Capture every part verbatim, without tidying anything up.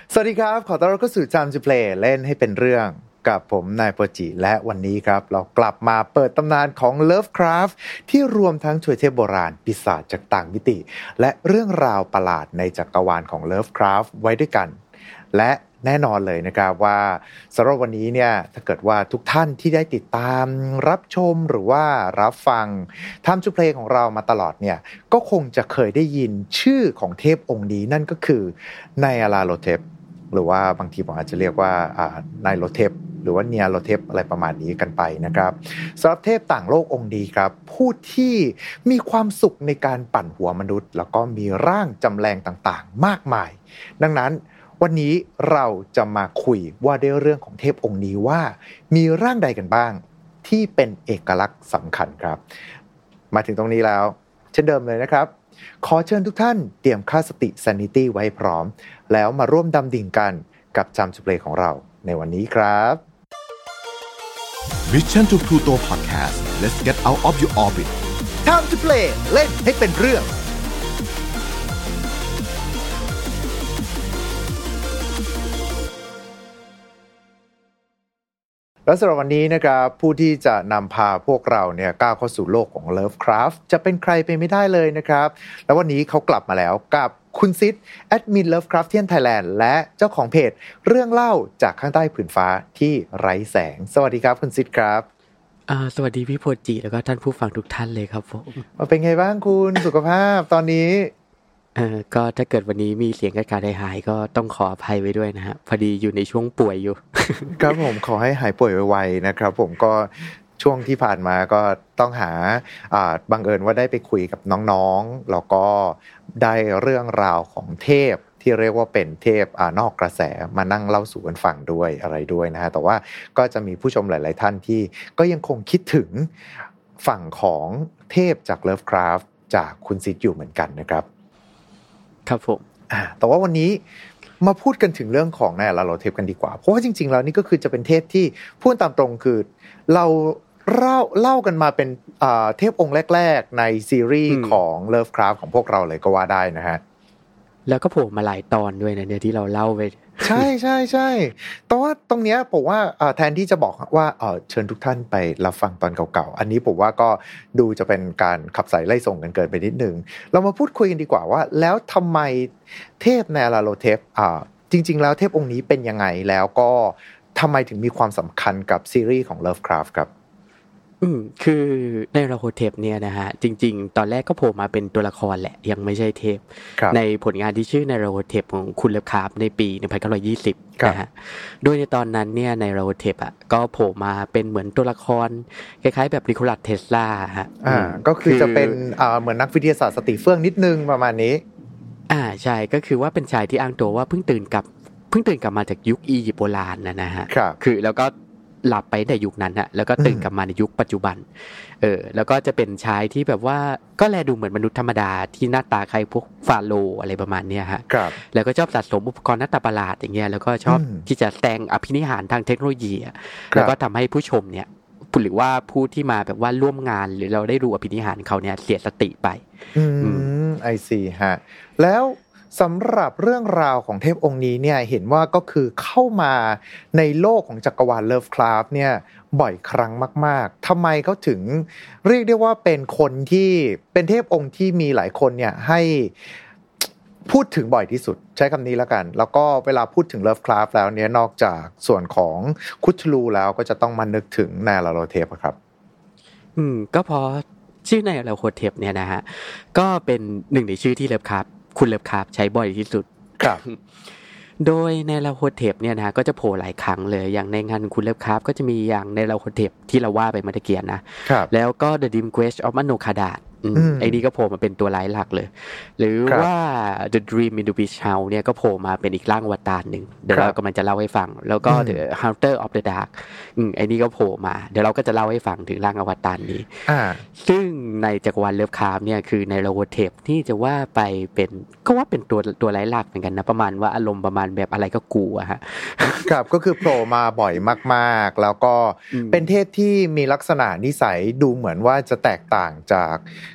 สวัสดีครับขอต้อนรับเข้าสู่ Time to Play เล่นให้เป็นเรื่องกับผมนายโปรจิและวันนี้ครับเรากลับมาเปิดตำนานของ Lovecraft ที่รวมทั้งถวยเทพโบราณปีศาจจากต่างมิติและเรื่องราวประหลาดในจักรวาลของ Lovecraft ไว้ด้วยกันและแน่นอนเลยนะครับว่าสำหรับวันนี้เนี่ยถ้าเกิดว่าทุกท่านที่ได้ติดตามรับชมหรือว่ารับฟัง Time to Play ของเรามาตลอดเนี่ยก็คงจะเคยได้ยินชื่อของเทพองค์นี้นั่นก็คือไนอาราโลเทปหรือว่าบางทีผมอาจจะเรียกว่าอ่าไนโลเทปหรือว่าเนียโลเทปอะไรประมาณนี้กันไปนะครับสำหรับเทพต่างโลกองค์ดีครับผู้ที่มีความสุขในการปั่นหัวมนุษย์แล้วก็มีร่างจำแรงต่างๆมากมายดังนั้นวันนี้เราจะมาคุยว่าด้วยเรื่องของเทพองค์นี้ว่ามีร่างใดกันบ้างที่เป็นเอกลักษณ์สำคัญครับมาถึงตรงนี้แล้วเช่นเดิมเลยนะครับขอเชิญทุกท่านเตรียมค่าสติ sanity ไว้พร้อมแล้วมาร่วมดำดิ่งกันกับ Time to Play ของเราในวันนี้ครับ Mission to Pluto Podcast Let's get out of your orbit Time to Play เล่นให้เป็นเรื่องและสำหรับวันนี้นะครับผู้ที่จะนำพาพวกเราเนี่ยก้าวเข้าสู่โลกของ Lovecraft จะเป็นใครไปไม่ได้เลยนะครับแล้ววันนี้เขากลับมาแล้วกับคุณซิดแอดมิน Lovecraftian Thailand และเจ้าของเพจเรื่องเล่าจากข้างใต้ผืนฟ้าที่ไร้แสงสวัสดีครับคุณซิดครับอ่าสวัสดีพี่โพจิแล้วก็ท่านผู้ฟังทุกท่านเลยครับผมเป็นไงบ้างคุณสุขภาพตอนนี้เอ่อก็ถ้าเกิดวันนี้มีเสียงกระกาหายๆก็ต้องขออภัยไว้ด้วยนะฮะพอดีอยู่ในช่วงป่วยอยู่ครับผมขอให้หายป่วยไวๆนะครับผมก็ช่วงที่ผ่านมาก็ต้องหาอ่าบังเอิญว่าได้ไปคุยกับน้องๆแล้วก็ได้เรื่องราวของเทพที่เรียกว่าเป็นเทพอ่านอกกระแสมานั่งเล่าสู่กันฟังด้วยอะไรด้วยนะฮะแต่ว่าก็จะมีผู้ชมหลายๆท่านที่ก็ยังคงคิดถึงฝั่งของเทพจาก Lovecraft จากคุณซิดอยู่เหมือนกันนะครับครับผมอ่าแต่ว่าวันนี้มาพูดกันถึงเรื่องของไนอาราโลเทปกันดีกว่าเพราะว่าจริงๆแล้วนี่ก็คือจะเป็นเทพที่พูดตามตรงคือเราเล่าเล่ากันมาเป็นอ่าเทพองค์แรกๆในซีรีส์ของ Lovecraft ของพวกเราเลยก็ว่าได้นะฮะแล้วก็โผล่มาหลายตอนด้วยนะเนี่ยที่เราเล่าไปใช่ใช่ใช่แต่ว่าตรงเนี้ยผมว่าแทนที่จะบอกว่าเชิญทุกท่านไปรับฟังตอนเก่าๆอันนี้ผมว่าก็ดูจะเป็นการขับสายไล่ส่งกันเกินไปนิดนึงเรามาพูดคุยกันดีกว่าว่าแล้วทำไมเทพไนอาราโลเทปจริงๆแล้วเทพองค์นี้เป็นยังไงแล้วก็ทำไมถึงมีความสำคัญกับซีรีส์ของ Lovecraft ครับอืมคือในราโฮเทปเนี่ยนะฮะจริงๆตอนแรกก็โผล่มาเป็นตัวละครแหละยังไม่ใช่เทพในผลงานที่ชื่อในราโฮเทปของคุณเลฟคราฟต์ในปีหนึ่งพันเก้าร้อยยี่สิบนะฮะโดยในตอนนั้นเนี่ยในราโฮเทปอ่ะก็โผล่มาเป็นเหมือนตัวละครคล้ายๆแบบนิโคลัสเทสลาฮะอ่าก็คือจะเป็นอ่าเหมือนนักวิทยาศาสตร์สติเฟื่องนิดนึงประมาณนี้อ่าใช่ก็คือว่าเป็นชายที่อ้างตัวว่าเพิ่งตื่นกับเพิ่งตื่นกลับมาจากยุคอียิปต์โบราณนะนะฮะคือแล้วก็หลับไปในยุคนั้นฮะแล้วก็ตื่นกลับมาในยุคปัจจุบันเออแล้วก็จะเป็นชายที่แบบว่าก็แลดูเหมือนมนุษย์ธรรมดาที่หน้าตาคล้ายพวกฟาโรห์อะไรประมาณเนี้ยฮะแล้วก็ชอบสะสมอุปกรณ์หน้าตาประหลาดอย่างเงี้ยแล้วก็ชอบที่จะแสดงอภินิหารทางเทคโนโลยีแล้วก็ทำให้ผู้ชมเนี่ยหรือว่าผู้ที่มาแบบว่าร่วมงานหรือเราได้รู้อภินิหารเขาเนี่ยเสียสติไปอืมไอซีฮะแล้วสำหรับเรื่องราวของเทพองค์นี้เนี่ยเห็นว่าก็คือเข้ามาในโลกของจักรวาล Lovecraft เนี่ยบ่อยครั้งมากๆทำไมเขาถึงเรียกได้ว่าเป็นคนที่เป็นเทพองค์ที่มีหลายคนเนี่ยให้พูดถึงบ่อยที่สุดใช้คำนี้แล้วกันแล้วก็เวลาพูดถึง Lovecraft แล้วเนี่ยนอกจากส่วนของคุทูลูแล้วก็จะต้องมานึกถึงไนอาราโลเทปครับอืมก็เพราะชื่อไนอาราโลเทปเนี่ยนะฮะก็เป็นหนึ่งในชื่อที่Lovecraftคุณเลิฟคราฟใช้บ่อยที่สุดครับโดยในลาโฮเทปเนี่ยนะก็จะโผล่หลายครั้งเลยอย่างในงานคุณเลิฟคราฟก็จะมีอย่างในลาโฮเทปที่เราว่าไปเมื่อกี้นะแล้วก็ The Dim Quest of Anokhadatไอ้นี่ก็โผล่มาเป็นตัวร้ายหลักเลยหรือว่า The Dream in the Beach House เนี่ยก็โผล่มาเป็นอีกร่างอวตารนึงเดี๋ยวเรากำลังจะเล่าให้ฟังแล้วก็ The Hunter of the Dark อืมไอ้นี่ก็โผล่มาเดี๋ยวเราก็จะเล่าให้ฟังถึงร่างอวตารนี้อ่าซึ่งในจักรวาลเลิฟคราฟเนี่ยคือในลาโฮเทปที่จะว่าไปเป็นก็ว่าเป็นตัวตัวร้ายหลักเหมือนกันนะประมาณว่าอารมณ์ประมาณแบบอะไรก็กลัวฮะครับก็คือโผล่มาบ่อยมากๆแล้วก็เป็นเทพที่มีลักษณะนิสัยดูเหมือนว่าจะแตกต่างจาก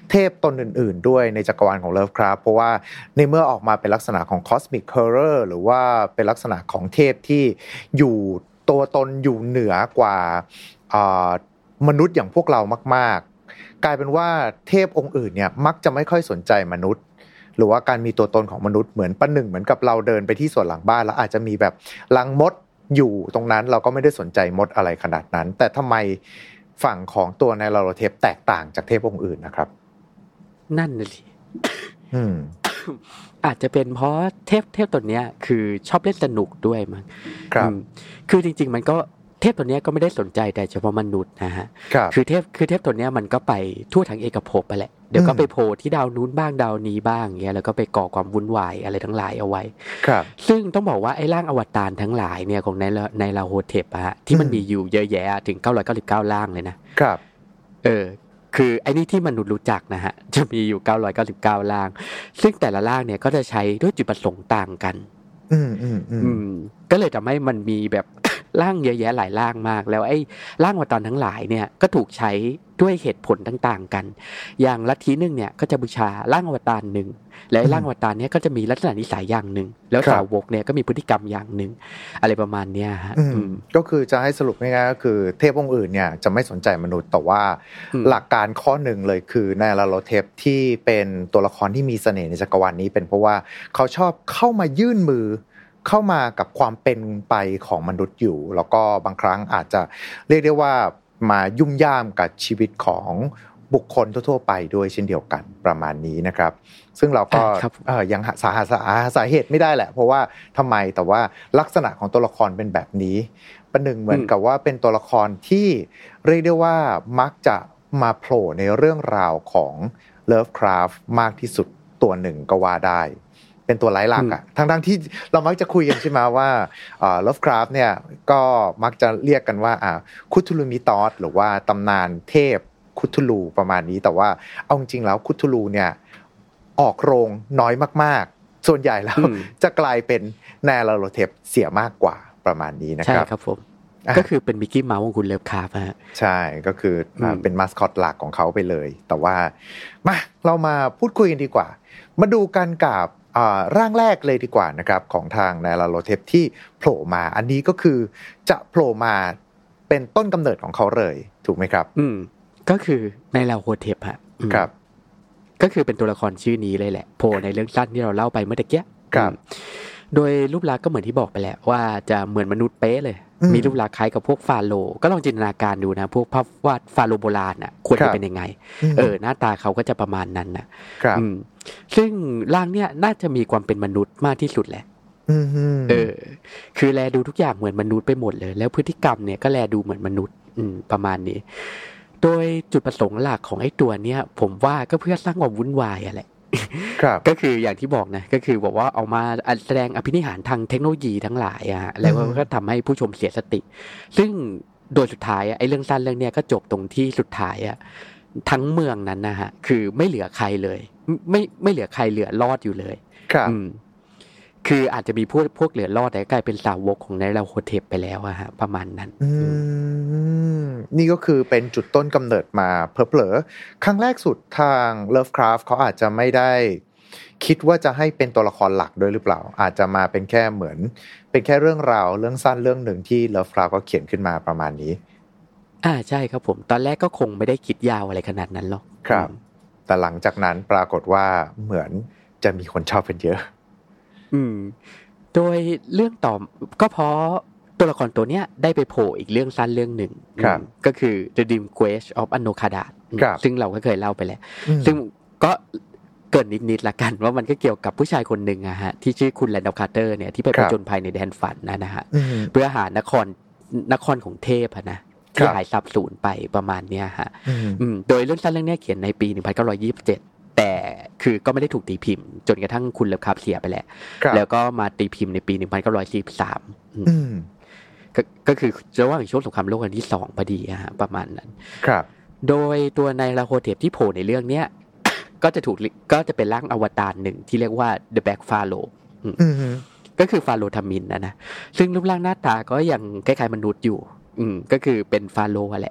เทพตนอื่นๆด้วยในจักรวาลของ Lovecraft เพราะว่าในเมื่อออกมาเป็นลักษณะของ Cosmic Horror หรือว่าเป็นลักษณะของเทพที่อยู่ตัวตนอยู่เหนือกว่ามนุษย์อย่างพวกเรามากๆกลายเป็นว่าเทพองค์อื่นเนี่ยมักจะไม่ค่อยสนใจมนุษย์หรือว่าการมีตัวตนของมนุษย์เหมือนประหนึ่งเหมือนกับเราเดินไปที่สวนหลังบ้านแล้วอาจจะมีแบบรังมดอยู่ตรงนั้นเราก็ไม่ได้สนใจมดอะไรขนาดนั้นแต่ทำไมฝั่งของตัวไนลาโรเทปแตกต่างจากเทพองค์อื่นนะครับนั่นน่ะสิอืมอาจจะเป็นเพราะเทพเทพตัวเนี้ยคือชอบเล่นสนุกด้วยมั้งครับคือจริงๆมันก็เทพตัวเนี้ยก็ไม่ได้สนใจแต่เฉพาะมนุษย์นะฮะคือเทพคือเทพตัวเนี้ยมันก็ไปทั่วทั้งเอกภพไปแหละเดี๋ยวก็ไปโผล่ที่ดาวนู้นบ้างดาวนี้บ้างเงี้ยแล้วก็ไปก่อความวุ่นวายอะไรทั้งหลายเอาไว้ครับซึ่งต้องบอกว่าไอ้ร่างอวตารทั้งหลายเนี่ยของในในลาโฮเทปอะฮะที่มันมีอยู่เยอะแยะถึงเก้าร้อยเก้าสิบเก้าร่างเลยนะครับเออคือไอ้นี่ที่มนุษย์รู้จักนะฮะจะมีอยู่เก้าร้อยเก้าสิบเก้าร่างซึ่งแต่ละร่างเนี่ยก็จะใช้ด้วยจุดประสงค์ต่างกันอืมอืมอืมก็เลยทำให้มันมีแบบร่างเยอะแยะหลายร่างมากแล้วไอ้ร่างอวตารทั้งหลายเนี่ยก็ถูกใช้ด้วยเหตุผลต่างๆกันอย่างลัทธินึงเนี่ยก็จะบูชาร่างอวตารนึงและร่างอวตารเนี่ยก็จะมีลักษณะนิสัยอย่างนึงแล้วสาวกเนี่ยก็มีพฤติกรรมอย่างนึงอะไรประมาณเนี้ยฮะก็คือจะให้สรุปง่ายๆก็คือเทพองค์อื่นเนี่ยจะไม่สนใจมนุษย์แต่ว่าหลักการข้อหนึ่งเลยคือไนลาโรเทปที่เป็นตัวละครที่มีเสน่ห์ในจักรวาลนี้เป็นเพราะว่าเขาชอบเข้ามายื่นมือเข้ามากับความเป็นไปของมนุษย์อยู่แล้วก็บางครั้งอาจจะเรียกได้ว่ามายุ่มย่ามกับชีวิตของบุคคลทั่วๆไปด้วยเช่นเดียวกันประมาณนี้นะครับซึ่งเราก็เอ่อยังสาหาสาเหตุไม่ได้แหละเพราะว่าทำไมแต่ว่าลักษณะของตัวละครเป็นแบบนี้ประหนึ่งเหมือนกับว่าเป็นตัวละครที่เรียกได้ว่ามักจะมาโผล่ในเรื่องราวของ Lovecraft มากที่สุดตัวหนึ่งก็ว่าได้เป็นตัวไร้หลักอ่ะทั้งๆที่เรามักจะคุยกันใช่ไหมว่าเอ่อ Lovecraft เนี่ยก็มักจะเรียกกันว่าอ่าคุทูลูมิตอสหรือว่าตำนานเทพคุทูลูประมาณนี้แต่ว่าเอาจริงๆแล้วคุทูลูเนี่ยออกโรงน้อยมากๆส่วนใหญ่แล้วจะกลายเป็นไนลาโรเทปเสียมากกว่าประมาณนี้นะครับใช่ครับผมก็คือเป็นมิกกี้เมาส์ของคุณเลิฟคราฟต์ฮะใช่ก็คือเป็นมาสคอตหลักของเขาไปเลยแต่ว่ามาเรามาพูดคุยกันดีกว่ามาดูกันกับร่างแรกเลยดีกว่านะครับของทางไนลาโรเทปที่โผล่มาอันนี้ก็คือจะโผล่มาเป็นต้นกำเนิดของเขาเลยถูกไหมครับอืมก็คือไนลาโรเทปฮะครับก็คือเป็นตัวละครชื่อนี้เลยแหละโผล่ในเรื่องสั้นที่เราเล่าไปเมื่อตะกี้ครับโดยรูปลักษณ์ก็เหมือนที่บอกไปแหละว่าจะเหมือนมนุษย์เป๊ะเลยมีรูปลักษณ์คล้ายกับพวกฟาโรห์ก็ลองจินตนาการดูนะพวกภาพวาดฟาโรห์โบราณน่ะควรจะเป็นยังไงเออหน้าตาเขาก็จะประมาณนั้นน่ะครับซึ่งร่างเนี้ยน่าจะมีความเป็นมนุษย์มากที่สุดแหละเออคือแลดูทุกอย่างเหมือนมนุษย์ไปหมดเลยแล้วพฤติกรรมเนี่ยก็แลดูเหมือนมนุษย์อืมประมาณนี้โดยจุดประสงค์หลักของไอ้ตัวเนี้ยผมว่าก็เพื่อสร้างความวุ่นวายอะแหละก็คืออย่างที่บอกนะก็คือบอกว่าเอามาแสดงอภินิหารทางเทคโนโลยีทั้งหลายอ่ะแล้วก็ทำให้ผู้ชมเสียสติซึ่งโดยสุดท้ายไอ้เรื่องสั้นเรื่องเนี้ยก็จบตรงที่สุดท้ายอ่ะทั้งเมืองนั้นนะฮะคือไม่เหลือใครเลยไม่ไม่เหลือใครเหลือรอดอยู่เลยครับคืออาจจะมีพวกพวกเหลือรอดแต่กลายเป็นสาวกของไนลาโรเทปไปแล้วอะฮะประมาณนั้นนี่ก็คือเป็นจุดต้นกำเนิดมาเผลอๆครั้งแรกสุดทาง Lovecraft เขาอาจจะไม่ได้คิดว่าจะให้เป็นตัวละครหลักด้วยหรือเปล่าอาจจะมาเป็นแค่เหมือนเป็นแค่เรื่องราวเรื่องสั้นเรื่องหนึ่งที่ Lovecraft ก็เขียนขึ้นมาประมาณนี้อ่าใช่ครับผมตอนแรกก็คงไม่ได้คิดยาวอะไรขนาดนั้นหรอกครับแต่หลังจากนั้นปรากฏว่าเหมือนจะมีคนชอบกันเยอะอืมโดยเรื่องต่อก็เพราะตัวละครตัวเนี้ยได้ไปโผล่อีกเรื่องสั้นเรื่องหนึ่งก็คือ The Dream Quest of Anokhadat ซึ่งเราก็เคยเล่าไปแล้วซึ่งก็เกิดนิดๆละกันว่ามันก็เกี่ยวกับผู้ชายคนหนึ่งอะฮะที่ชื่อคุณแลนดอลคาร์เตอร์เนี่ยที่ไปผจญภัยในแดนฝันนะนะฮะเพื่อหานครนครของเทพนะที่หายสับสูญไปประมาณเนี้ยฮะโดยเรื่องสั้นเรื่องนี้เขียนในปีหนึ่งพันเก้าร้อยยี่สิบเจ็ดแต่คือก็ไม่ได้ถูกตีพิมพ์จนกระทั่งคุณเลิฟคราฟต์เสียไปแล้วแล้วก็มาตีพิมพ์ในปีหนึ่งพันเก้าร้อยสี่สิบสามก็ก็คือระหว่างช่วงสงครามโลกครั้งที่สองพอดีฮะประมาณนั้นครับโดยตัวไนลาโรเทปที่โผล่ในเรื่องเนี้ยก็จะถูกก็จะเป็นร่างอวตารหนึ่งที่เรียกว่า The Black Pharaoh ก็คือฟาโรห์ทามินนะนะซึ่งรูปร่างหน้าตาก็ยังคล้ายๆมนุษย์อยู่อืมก็คือเป็นฟาโรห์แหละ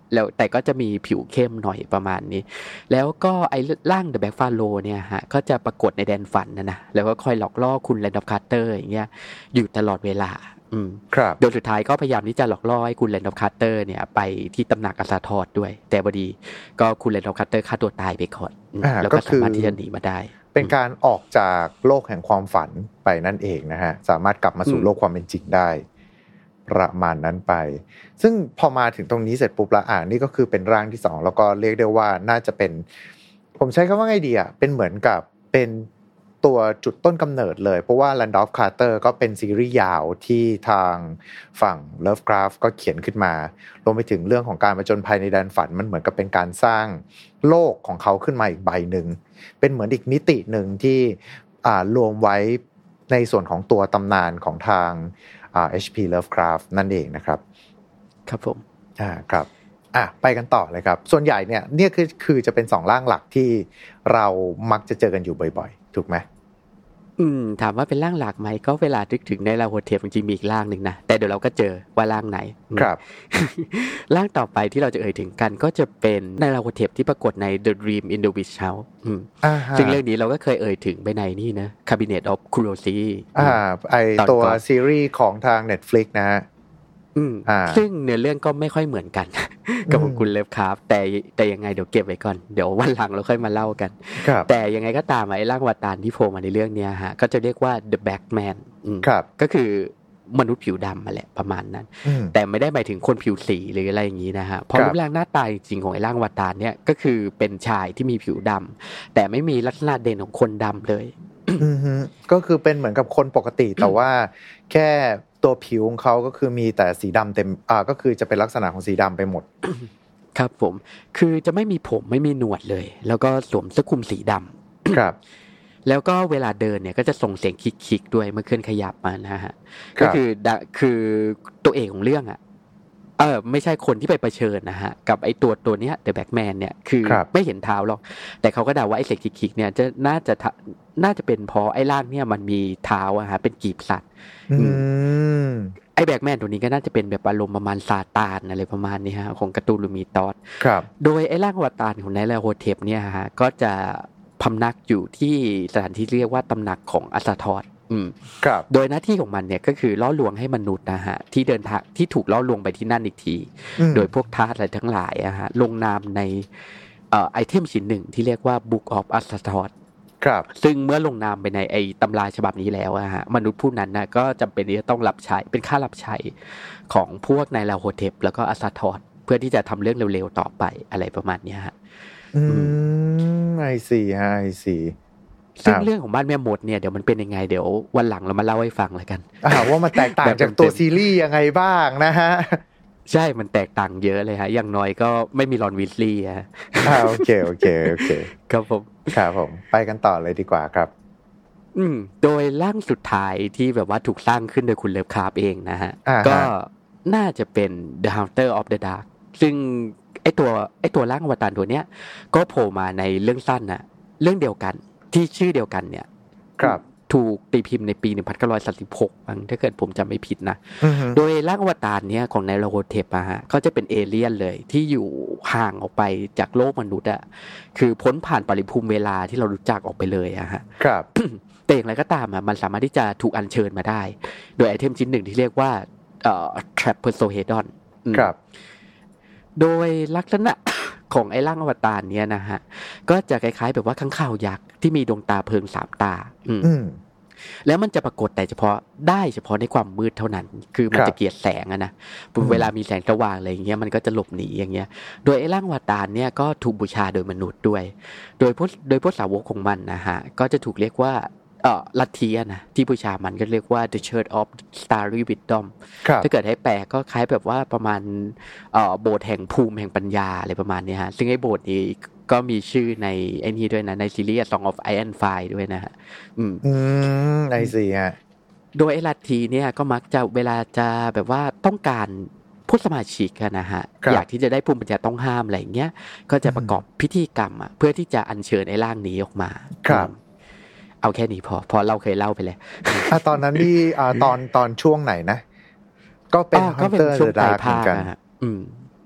แล้วแต่ก็จะมีผิวเข้มหน่อยประมาณนี้แล้วก็ไอ้ร่าง The Black Pharaoh เนี่ยฮะก็จะปรากฏในแดนฝันนะนะแล้วก็คอยหลอกล่อคุณแลนดอร์คาร์เตอร์อย่างเงี้ยอยู่ตลอดเวลาอืมครับโดยสุดท้ายก็พยายามที่จะหลอกล่อให้คุณแลนดอร์คาร์เตอร์เนี่ยไปที่ตำหนักอาซาทอดด้วยแต่พอดีก็คุณแลนดอร์คาร์เตอร์ฆ่าตัวตายไปก่อนแล้วก็สามารถที่จะหนีมาได้เป็นการออกจากโลกแห่งความฝันไปนั่นเองนะฮะสามารถกลับมาสู่โลกความเป็นจริงได้ประมาณนั้นไปซึ่งพอมาถึงตรงนี้เสร็จปุ๊บละอ่านี่ก็คือเป็นร่างที่สองแล้วก็เรียกได้ว่าน่าจะเป็นผมใช้คำว่าไงดีอ่ะเป็นเหมือนกับเป็นตัวจุดต้นกำเนิดเลยเพราะว่า Land of Carter ก็เป็นซีรีส์ยาวที่ทางฝั่ง Lovecraft ก็เขียนขึ้นมารวมไปถึงเรื่องของการผจญภัยในแดนฝันมันเหมือนกับเป็นการสร้างโลกของเขาขึ้นมาอีกใบหนึ่งเป็นเหมือนอีกมิติหนึ่งที่อ่ารวมไว้ในส่วนของตัวตำนานของทางอ่า เอช พี Lovecraft นั่นเองนะครับครับผมอ่าครับอ่ะไปกันต่อเลยครับส่วนใหญ่เนี่ยเนี่ยคือคือจะเป็นสองร่างหลักที่เรามักจะเจอกันอยู่บ่อยๆถูกไหมอืมถามว่าเป็นร่างหลักไหมก็เวลานึกถึงในลาโฮเทปจริงๆมีอีกร่างหนึ่งนะแต่เดี๋ยวเราก็เจอว่าร่างไหนครับร่างต่อไปที่เราจะเอ่ยถึงกันก็จะเป็นในลาโฮเทปที่ปรากฏใน The Dream in the Witch House อืมซึ่งเรื่องนี้เราก็เคยเอ่ยถึงไปในนี่นะ Cabinet of Curiosity อ่าไอตัวซีรีส์ของทาง Netflix นะฮะอืมซึ่งเนื้อเรื่องก็ไม่ค่อยเหมือนกันกับของคุณเลิฟคราฟแต่แต่ยังไงเดี๋ยวเก็บไว้ก่อนเดี๋ยววันหลังเราค่อยมาเล่ากันแต่ยังไงก็ตามไอ้ร่างวาตารที่โผล่มาในเรื่องนี้ฮะก็จะเรียกว่า The Black Man ก็คือมนุษย์ผิวดำมาแหละประมาณนั้นแต่ไม่ได้หมายถึงคนผิวสีหรืออะไรอย่างนี้นะฮะเพราะรูปร่างหน้าตาจริงของไอ้ร่างวาตารเนี่ยก็คือเป็นชายที่มีผิวดำแต่ไม่มีลักษณะเด่นของคนดำเลยก็คือเป็นเหมือนกับคนปกติแต่ว่าแค่ตัวผิวของเขาก็คือมีแต่สีดำเต็มอ่าก็คือจะเป็นลักษณะของสีดำไปหมดครับผมคือจะไม่มีผมไม่มีหนวดเลยแล้วก็สวมเสื้อคลุมสีดำครับแล้วก็เวลาเดินเนี่ยก็จะส่งเสียงคิกๆด้วยเมื่อเคลื่อนขยับมานะฮะก็คือคือตัวเอกของเรื่องอ่ะเออไม่ใช่คนที่ไปเผชิญนะฮะกับไอ้ตัวตัวเนี้ย The Batman เนี่ยคือไม่เห็นเท้าหรอกแต่เขาก็เดาว่าไอ้เสียงคิกๆเนี่ยจะน่าจะน่าจะเป็นเพราะไอ้ร่างเนี่ยมันมีเท้าอะฮะเป็นกีบสัตว์ไอ้แบทแมนตัวนี้ก็น่าจะเป็นแบบอารมณ์ประมาณซาตานอะไรประมาณนี้ฮะของการ์ตูนลูมิตอสโดยไอ้ร่างอวตารของไนลาโฮเทปเนี่ยฮะก็จะพำนักอยู่ที่สถานที่เรียกว่าตำหนักของอาซาทอสโดยหน้าที่ของมันเนี่ยก็คือล่อลวงให้มนุษย์นะฮะที่เดินทางที่ถูกล่อลวงไปที่นั่นอีกทีโดยพวกทาสอะไรทั้งหลายอะฮะลงนามในเอ่อไอเทมชิ้นหนึ่งที่เรียกว่า Book of Asathot ครับซึ่งเมื่อลงนามไปในไอ้ตำราฉบับนี้แล้วอะฮะมนุษย์ผู้นั้นนะก็จำเป็นที่จะต้องรับใช้เป็นค่ารับใช้ของพวกไนลาโฮเทปแล้วก็อาซาทอสเพื่อที่จะทำเรื่องเร็วๆต่อไปอะไรประมาณนี้ฮะอืมไอซีฮะไอซีซึ่งเรื่องของบ้านแม่มดเนี่ยเดี๋ยวมันเป็นยังไงเดี๋ยววันหลังเรามาเล่าให้ฟังแล้วกันว่ามันแตกต่างจากตัวซีรีส์ยังไงบ้างนะฮะใช่มันแตกต่างเยอะเลยฮะอย่างน้อยก็ไม่มีรอนวิสลีย์ฮะอ่าโอเคโอเคโอเคครับผมครับผมไปกันต่อเลยดีกว่าครับอืมโดยร่างสุดท้ายที่แบบว่าถูกสร้างขึ้นโดยคุณเลิฟคราฟเองนะฮะก็น่าจะเป็น The Hunter of the Dark ซึ่งไอตัวไอตัวร่างอวตารตัวเนี้ยก็โผล่มาในเรื่องสั้นน่ะเรื่องเดียวกันที่ชื่อเดียวกันเนี่ยครับถูกตีพิมพ์ในปีหนึ่งพันเก้าร้อยสามสิบหกมั้งถ้าเกิดผมจำไม่ผิดนะ uh-huh. โดยร่างอวตารเนี่ยของไนลาโฮเทปอะฮะเขาจะเป็นเอเลี่ยนเลยที่อยู่ห่างออกไปจากโลกมนุษย์อะคือพ้นผ่านปริภูมิเวลาที่เรารู้จักออกไปเลยอะฮะครับแต่อย่างไรก็ตามอะมันสามารถที่จะถูกอัญเชิญมาได้โดยไอเทมชิ้นหนึ่งที่เรียกว่าเอ่อ Trapezohedron ครับโดยลักษณะของไอ้ร่างอวตารเนี่ยนะฮะก็จะคล้ายๆแบบว่าข้างคาวยักษ์ที่มีดวงตาเพิงสามตาอืมแล้วมันจะปรากฏแต่เฉพาะได้เฉพาะในความมืดเท่านั้นคือมันจะเกลียดแสงอะนะเวลามีแสงสว่างอะไรอย่างเงี้ยมันก็จะหลบหนีอย่างเงี้ยโดยไอ้ร่างอวตารเนี่ยก็ถูกบูชาโดยมนุษย์ด้วยโดยพวกโดยพวกสาวกของมันนะฮะก็จะถูกเรียกว่าเอ่อลัทธินะที่บูชามันก็เรียกว่า The Church of Starry Wisdom ถ้าเกิดให้แปลก็คล้ายแบบว่าประมาณเอ่อโบสถ์แห่งภูมิแห่งปัญญาอะไรประมาณนี้ฮะซึ่งไอ้โบสถ์นี้ก็มีชื่อในไอ้นี่ด้วยนะในซีรีส์ Song of Ice and Fire ด้วยนะฮะอืมอืมไอซีฮะโดยไอ้ลัทธิเนี่ยก็มักจะเวลาจะแบบว่าต้องการผู้สมาชิกนะฮะอยากที่จะได้ภูมิปัญญาต้องห้ามอะไรอย่างเงี้ยก็จะประกอบพิธีกรรมอ่ะเพื่อที่จะอัญเชิญไอ้ร่างนี้ออกมาครับเอาแค่นี้พอพอเราเคยเล่าไปแล้วอ่ะตอนนั้นนี่อ่าตอนตอนช่วงไหนนะก็เป็น Hunter the Dark เหมือนกันอืม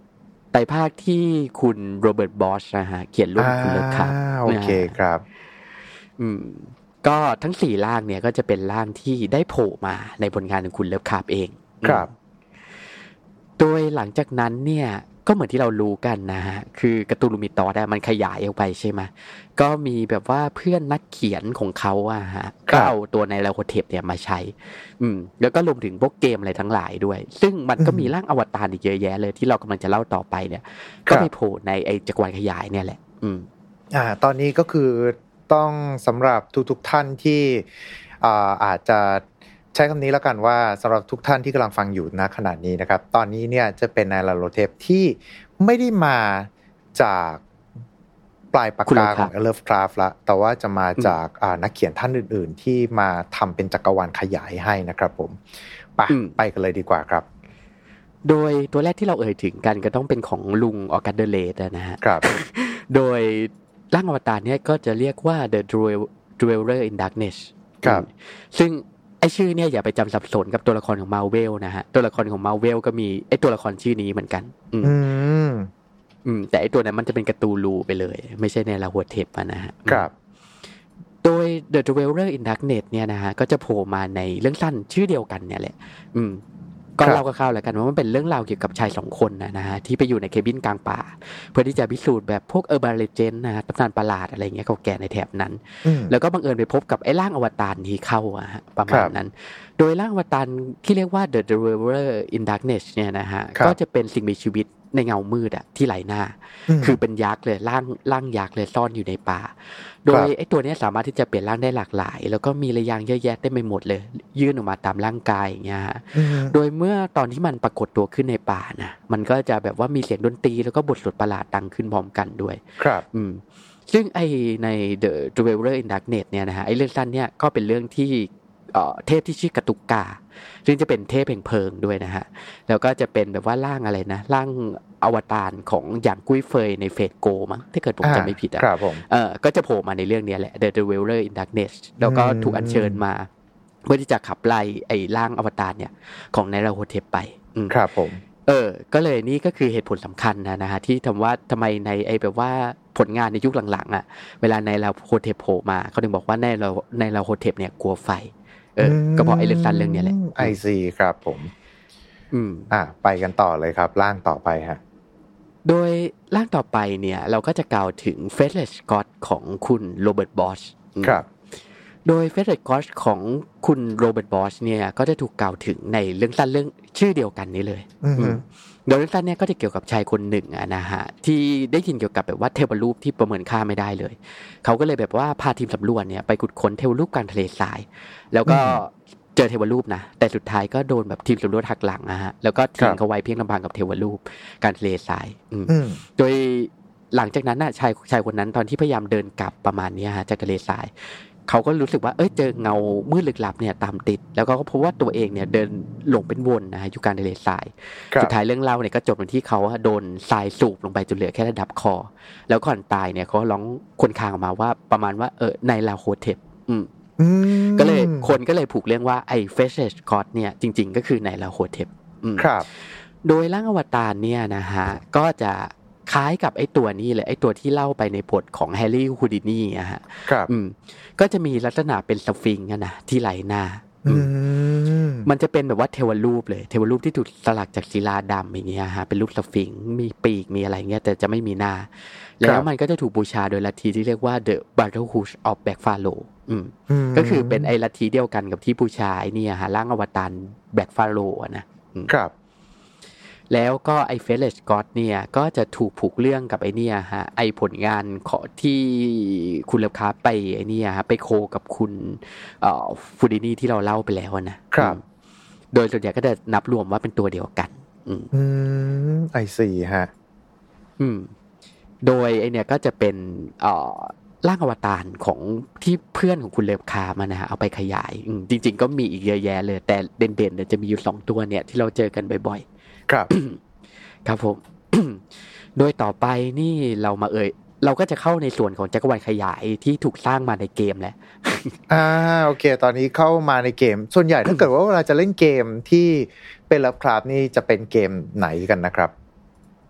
ไตรภาคที่คุณโรเบิร์ตบอชนะฮะเขียนร่วมกับคุณเลิฟคราฟต์โอเคครับอืมก็ทั้งสี่ร่างเนี่ยก็จะเป็นร่างที่ได้โผล่มาในผลงานของคุณเลิฟคราฟต์เองครับโดยหลังจากนั้นเนี่ยก็เหมือนที่เรารู้กันนะฮะคือการ์ตูนลูมิตอสมันขยายออกไปใช่ไหมก็มีแบบว่าเพื่อนนักเขียนของเขาอะฮะก็เอาตัวในลาโคเทปเนี่ยมาใช้อืมแล้วก็รวมถึงพวกเกมอะไรทั้งหลายด้วยซึ่งมันก็มีร่างอวตารอีกเยอะแยะเลยที่เรากำลังจะเล่าต่อไปเนี่ยก็ไปโผล่ในไอ้จักรวาลขยายเนี่ยแหละอืมอ่าตอนนี้ก็คือต้องสำหรับทุกๆท่านที่อ่าอาจจะใช้คำนี้แล้วกันว่าสำหรับทุกท่านที่กำลังฟังอยู่ณขณะนี้นะครับตอนนี้เนี่ยจะเป็นในลาโลเทปที่ไม่ได้มาจากปลายปากกาของ Lovecraft ละแต่ว่าจะมาจากนักเขียนท่านอื่นๆที่มาทำเป็นจักรวาลขยายให้นะครับผมไปไปกันเลยดีกว่าครับโดยตัวแรกที่เราเอ่ยถึงกันก็ต้องเป็นของลุงออกัสเดเลสนะฮะครับโดยร่างอวตารเนี่ยก็จะเรียกว่า The Dweller in Darkness ครับซึ่งไอ้ชื่อเนี่ยอย่าไปจำสับสนกับตัวละครของ Marvel นะฮะตัวละครของ Marvel ก็มีไอ้ตัวละครชื่อนี้เหมือนกันอืมอืมแต่ไอ้ตัวนั้นมันจะเป็นการ์ตูลูไปเลยไม่ใช่ในลาหัวเทปนะฮะครับโดย The Dweller in Darkness เนี่ยนะฮะก็จะโผล่มาในเรื่องสั้นชื่อเดียวกันเนี่ยแหละอืมก็เล่าคร่าวๆแล้วกันว่ามันเป็นเรื่องราวเกี่ยวกับชายสองคนนะนะฮะที่ไปอยู่ในเคบินกลางป่าเพื่อที่จะพิสูจน์แบบพวกเออร์บาเลเจนนะฮะตำนานประหลาดอะไรเงี้ยเก่าแก่ในแถบนั้นแล้วก็บังเอิญไปพบกับไอ้ร่างอวตารนี้เข้าอะฮะประมาณนั้นโดยร่างอวตารที่เรียกว่า The Dweller in Darkness เนี่ยนะฮะก็จะเป็นสิ่งมีชีวิตในเงามืดอะที่ไหลหน้าคือเป็นยักษ์เลยร่างร่างยักษ์เลยซ่อนอยู่ในป่าโดยไอ้ตัวนี้สามารถที่จะเปลี่ยนร่างได้หลากหลายแล้วก็มีระยางเยอะแยะได้ไปหมดเลยยื่นออกมาตามร่างกายอย่างเงี้ยโดยเมื่อตอนที่มันปรากฏตัวขึ้นในป่านะมันก็จะแบบว่ามีเสียงดนตรีแล้วก็บทสวดประหลาดดังขึ้นพร้อมกันด้วยครับอืมซึ่งไอ้ใน The Dweller in Darkness เนี่ยนะฮะไอ้เรื่องสั้นเนี่ยก็เป็นเรื่องที่เอ่อเทพที่ชื่อกตุกกาซึ่งจะเป็นเทพแห่งเพลิงด้วยนะฮะแล้วก็จะเป็นแบบว่าร่างอะไรนะร่างอวตารของหยางกุ้ยเฟยในเฟสโกมั้งถ้าเกิดผมจำไม่ผิดอ่ะเออก็จะโผล่มาในเรื่องนี้แหละ The Dweller in Darkness แล้วก็ถูกอัญเชิญมาเพื่อที่จะขับไล่ไอ้ร่างอวตารเนี่ยของไนราโฮเทปไปครับผมเออก็เลยนี่ก็คือเหตุผลสำคัญนะนะฮะที่ทำว่าทำไมในไอ้แบบว่าผลงานในยุคหลังๆอ่ะเวลาในราโฮเทปโผล่มาเขาถึงบอกว่าในเราในราโฮเทปเนี่ยกลัวไฟเออก็เพราะไอ้เรื่องสั้นเรื่องนี้แหละไอซีครับผมอืมอ่ะไปกันต่อเลยครับร่างต่อไปฮะโดยร่างต่อไปเนี่ยเราก็จะกล่าวถึง Faceless God ของคุณโรเบิร์ตบอชครับโดย Faceless God ของคุณโรเบิร์ตบอชเนี่ยก็จะถูกกล่าวถึงในเรื่องสั้นเรื่องชื่อเดียวกันนี้เลยโดยเรื่องสั้นเนี่ยก็จะเกี่ยวกับชายคนหนึ่งอะนะฮะที่ได้ยินเกี่ยวกับแบบว่าเทวรูปที่ประเมินค่าไม่ได้เลยเขาก็เลยแบบว่าพาทีมสำรวจเนี่ยไปขุดค้นเทวรูปกลางทะเลทรายแล้วก็เจอเทวรูปนะแต่สุดท้ายก็โดนแบบทีมสำรวจหักหลังนะฮะแล้วก็ทิ้งเขาไว้เพียงลำพังกับเทวรูปกลางทะเลทรายโดยหลังจากนั้นน่ะชายชายคนนั้นตอนที่พยายามเดินกลับประมาณนี้ฮะจากทะเลทรายเขาก็รู้สึกว่าเอ้ยเจอเงามืดลึกลับเนี่ยตามติดแล้วก็พบว่าตัวเองเนี่ยเดินหลงเป็นวนนะฮะอยู่กลางทะเลทรายสุดท้ายเรื่องเล่าเนี่ยก็จบลงที่เขาโดนทรายสูบลงไปจนเหลือแค่ระดับคอแล้วก่อนตายเนี่ยเขาร้องคนคางออกมาว่าประมาณว่าเออในลาโฮเทปอืมก็เลยคนก็เลยผูกเรื่องว่าไอ้ Faceless God เนี่ยจริงๆก็คือในลาโฮเทปครับโดยร่างอวตารเนี่ยนะฮะก็จะคล้ายกับไอ้ตัวนี้เลยไอ้ตัวที่เล่าไปในบทของแฮร์รี่ฮูดินีอะฮะครับอืมก็จะมีลักษณะเป็นสฟิงค์นะที่ไหลหน้ามันจะเป็นแบบว่าเทวรูปเลยเทวรูปที่ถูกสลักจากศิลาดำอย่างเงี้ยฮะเป็นรูปสฟิงค์มีปีกมีอะไรเงี้ยแต่จะไม่มีหน้าแล้วมันก็จะถูกบูชาโดยลัทธิที่เรียกว่า The Brotherhood of Black Pharaoh อืมก็คือเป็นไอ้ลัทธิเดียวกันกับที่บูชาไอ้นี่ฮะร่างอวตาร Black Pharaoh นะครับแล้วก็ไอ้ Faceless God เนี่ยก็จะถูกผูกเรื่องกับไอ้นี่ฮะไอ้ผลงานของที่คุณเลิฟคราฟต์ไปไอ้นี่ฮะไปโคกับคุณเอ่อฟูดินีที่เราเล่าไปแล้วนะครับโดยส่วนใหญ่ก็จะนับรวมว่าเป็นตัวเดียวกันอืมอืมไอซีฮะอืมโดยไอ้เนี่ยก็จะเป็นเอ่อร่างอวตารของที่เพื่อนของคุณเลิฟคราฟต์นะฮะเอาไปขยายจริงๆก็มีอีกเยอะแยะเลยแต่เด่นๆเนี่ยจะมีอยู่สองตัวเนี่ยที่เราเจอกันบ่อยๆครับครับผม โดยต่อไปนี่เรามาเอ่ยเราก็จะเข้าในส่วนของจักรวาลขยายที่ถูกสร้างมาในเกมแหละอ่าโอเคตอนนี้เข้ามาในเกมส่วนใหญ่ถ้าเกิดว่าเวลาจะเล่นเกมที่เป็น Lovecraft นี่จะเป็นเกมไหนกันนะครับ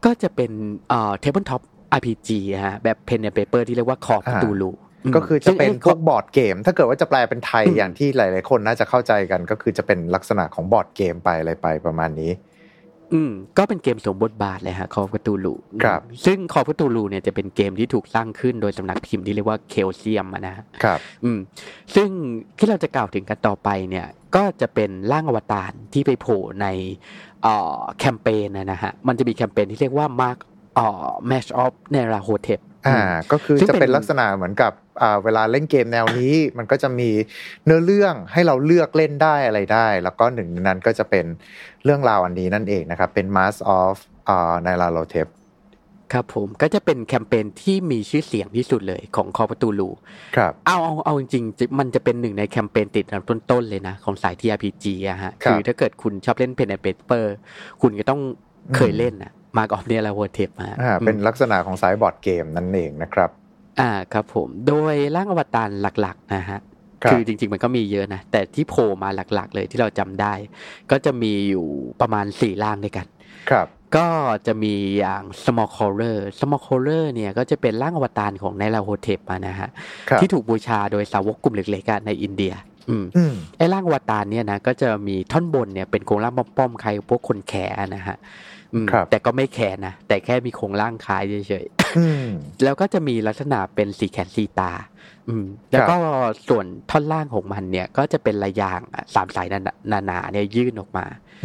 ก็จะเป็นเอ่อ Tabletop อาร์ พี จี ฮะแบบ Pen and Paper ที่เรียกว่า Call of Cthulhu ก็คือจะเป็นพวกบอร์ดเกมถ้าเกิดว่าจะแปลเป็นไทยอย่างที่หลายๆคนน่าจะเข้าใจกันก็คือจะเป็นลักษณะของบอร์ดเกมไปอะไรไปประมาณนี้อืมก็เป็นเกมสมบทบาทเลยฮะ Call of Cthulhu ครับซึ่ง Call of Cthulhu เนี่ยจะเป็นเกมที่ถูกสร้างขึ้นโดยสำนักพิมพ์ที่เรียกว่า Chaosium อ่ะนะครับอืมซึ่งที่เราจะกล่าวถึงกันต่อไปเนี่ยก็จะเป็นร่างอวตารที่ไปโผล่ในเอ่อแคมเปญนะฮะมันจะมีแคมเปญที่เรียกว่า Mark เอ่อ Match of Nyarlathotep อ่าก็คือจะเป็นลักษณะเหมือนกับอ่าเวลาเล่นเกมแนวนี้มันก็จะมีเนื้อเรื่องให้เราเลือกเล่นได้อะไรได้แล้วก็หนึ่งในนั้นก็จะเป็นเรื่องราวอันนี้นั่นเองนะครับเป็น Mask of อ่า Nyarlathotep ครับผมก็จะเป็นแคมเปญที่มีชื่อเสียงที่สุดเลยของ Call of Cthulhu ครับเอาเอาเอาจริงๆมันจะเป็นหนึ่งในแคมเปญติดอันดับต้นๆเลยนะของสาย ที อาร์ พี จี อ่ะฮะคือถ้าเกิดคุณชอบเล่น Pen and Paper คุณก็ต้องเคยเล่นน่ะMark of Nyarlathotep มาอ่าเป็นลักษณะของสายบอร์ดเกมนั่นเองนะครับอ่าครับผมโดยร่างอวตารหลักๆนะฮะคือจริงๆมันก็มีเยอะนะแต่ที่โผล่มาหลักๆเลยที่เราจำได้ก็จะมีอยู่ประมาณสี่ร่างด้วยกันครับก็จะมีอย่าง Small Caller Small Caller เนี่ยก็จะเป็นร่างอวตารของNyarlathotepมานะฮะที่ถูกบูชาโดยสาวกกลุ่มเล็กๆในอินเดียอืมไอ้ร่างอวตารเนี่ยนะก็จะมีท่อนบนเนี่ยเป็นโครงร่างป้อมๆคล้ายพวกคนแขนะฮะแต่ก็ไม่แขนนะแต่แค่มีโครงร่างคล้ายเฉยๆแล้วก็จะมีลักษณะเป็นสีแขนสีตาแล้วก็ส่วนท่อนล่างของมันเนี่ยก็จะเป็นระยางสามสายหนาๆเนี่ยยื่นออกมา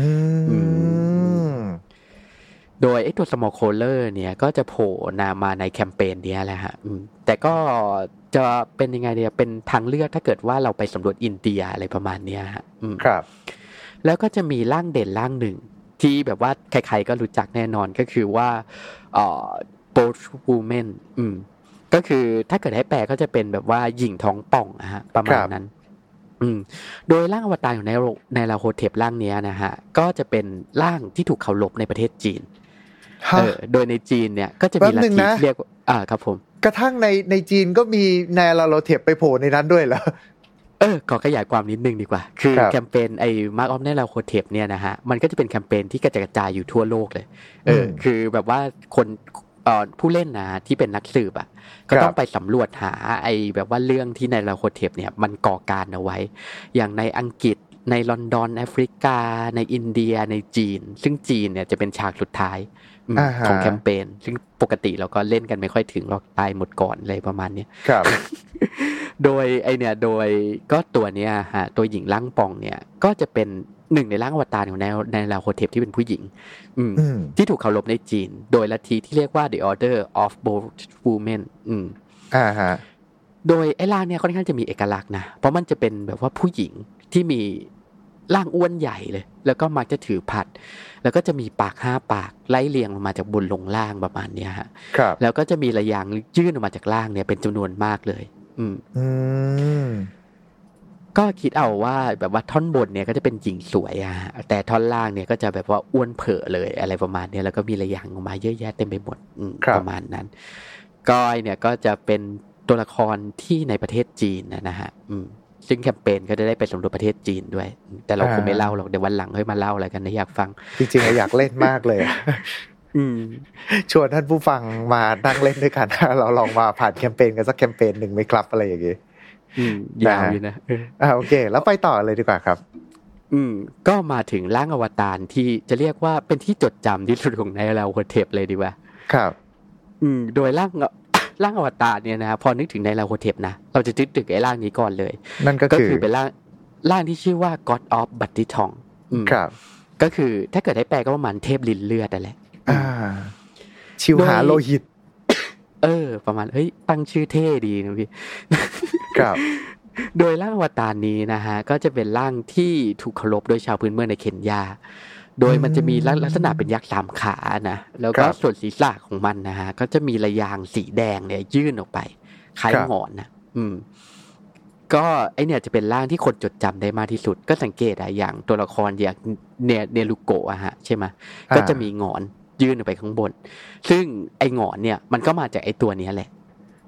โดยไอ้ตัว Small Caller เนี่ยก็จะโผล่มาในแคมเปญนี้แหละฮะแต่ก็จะเป็นยังไงเนี่ยเป็นทางเลือกถ้าเกิดว่าเราไปสำรวจอินเดียอะไรประมาณนี้ฮะครับแล้วก็จะมีร่างเด่นร่างหนึ่งที่แบบว่าใครๆก็รู้จักแน่นอนก็คือว่าเอ่อ Both Women อืมก็คือถ้าเกิดให้แปลก็จะเป็นแบบว่าหญิงท้องป่องนะฮะประมาณนั้นอืมโดยร่างอวตารของNyarlathotepร่างนี้นะฮะก็จะเป็นร่างที่ถูกเคารพในประเทศจีนเออโดยในจีนเนี่ยก็จะมีลัทธิเรียกอ่าครับผมกระทั่งในในจีนก็มีNyarlathotepไปโผล่ในนั้นด้วยเหรอเออขอขยายความนิดนึงดีกว่าคือแคมเปญไอ้ Mark of Nyarlathotep เนี่ยนะฮะมันก็จะเป็นแคมเปญที่กระจายอยู่ทั่วโลกเลยเออคือแบบว่าคนเอ่อผู้เล่นนะที่เป็นนักสืบอ่ะก็ต้องไปสำรวจหาไอ้แบบว่าเรื่องที่Nyarlathotepเนี่ยมันก่อการเอาไว้อย่างในอังกฤษในลอนดอนแอฟริกาในอินเดียในจีนซึ่งจีนเนี่ยจะเป็นฉากสุดท้ายของแคมเปญซึ่งปกติเราก็เล่นกันไม่ค่อยถึงหรอกตายหมดก่อนเลยประมาณนี้ครับโดยไอเนี่ยโดยก็ตัวเนี้ยฮะตัวหญิงร่างปองเนี่ยก็จะเป็นหนึ่งในร่างอวตารของNyarlathotepที่เป็นผู้หญิงที่ถูกเคารพในจีนโดยลัทธิที่เรียกว่า The Order of Both Women อืมอ่าฮะโดยไอ้ร่างเนี่ยค่อนข้างจะมีเอกลักษณ์นะเพราะมันจะเป็นแบบว่าผู้หญิงที่มีร่างอ้วนใหญ่เลยแล้วก็มักจะถือพัดแล้วก็จะมีปากห้าปากไล่เรียงลงมาจากบนลงล่างประมาณนี้ฮะครับแล้วก็จะมีระยางยื่นออกมาจากล่างเนี่ยเป็นจำนวนมากเลยอืมอืมก็คิดเอาว่าแบบว่าท่อนบนเนี่ยก็จะเป็นหญิงสวยอ่ะแต่ท่อนล่างเนี่ยก็จะแบบว่าอ้วนเผอเลยอะไรประมาณนี้แล้วก็มีระยางออกมาเยอะแยะเต็มไปหมดประมาณนั้นก้อยเนี่ยก็จะเป็นตัวละครที่ในประเทศจีนนะฮะอืมซึ่งแคมเปญก็จะได้ไปสำรวจประเทศจีนด้วยแต่เราคงไม่เล่าหรอกเดี๋ยววันหลังค่อยมาเล่าอะไรกันนะอยากฟังจริงๆอยากเล่นมากเลยอืมชวนท่านผู้ฟังมานั่งเล่นด้วยกันเราลองมาผ่านแคมเปญกันสักแคมเปญหนึ่งไหมครับอะไรอย่างงี้อืมยาวอยู่นะอ่าโอเคแล้วไปต่อเลยดีกว่าครับอืมก็มาถึงร่างอวตารที่จะเรียกว่าเป็นที่จดจำที่สุดของNyarlathotepเลยดีกว่าครับอืมโดยร่างร่างอวตารเนี่ยนะพอนึกถึงNyarlathotepนะเราจะนึกถึงไอ้ร่างนี้ก่อนเลยนั่นก็คือก็คือเป็นร่างร่างที่ชื่อว่า God of Batitong ครับก็คือถ้าเกิดให้แปลก็ประมาณเทพลิ้นเลือดนั่นแหละอ่าชิวหาโลหิตเออประมาณเฮ้ยตั้งชื่อเท่ดีนะพี่ครับโดยร่างอวตารนี้นะฮะก็จะเป็นร่างที่ถูกเคารพโดยชาวพื้นเมืองในเคนยาโดยมันจะมีลักษณะเป็นยักษ์สามขานะแล้วก็ส่วนศีรษะของมันนะฮะก็จะมีระยางสีแดงเนี่ยยื่นออกไปคล้ายหงอนนะอืมก็ไอเนี่ยจะเป็นร่างที่คนจดจำได้มากที่สุดก็สังเกตอะอย่างตัวละครอย่างเนเนรุโกะอะฮะใช่ไหมก็จะมีหงอนยื่นออกไปข้างบนซึ่งไอหงอนเนี่ยมันก็มาจากไอตัวนี้แหละ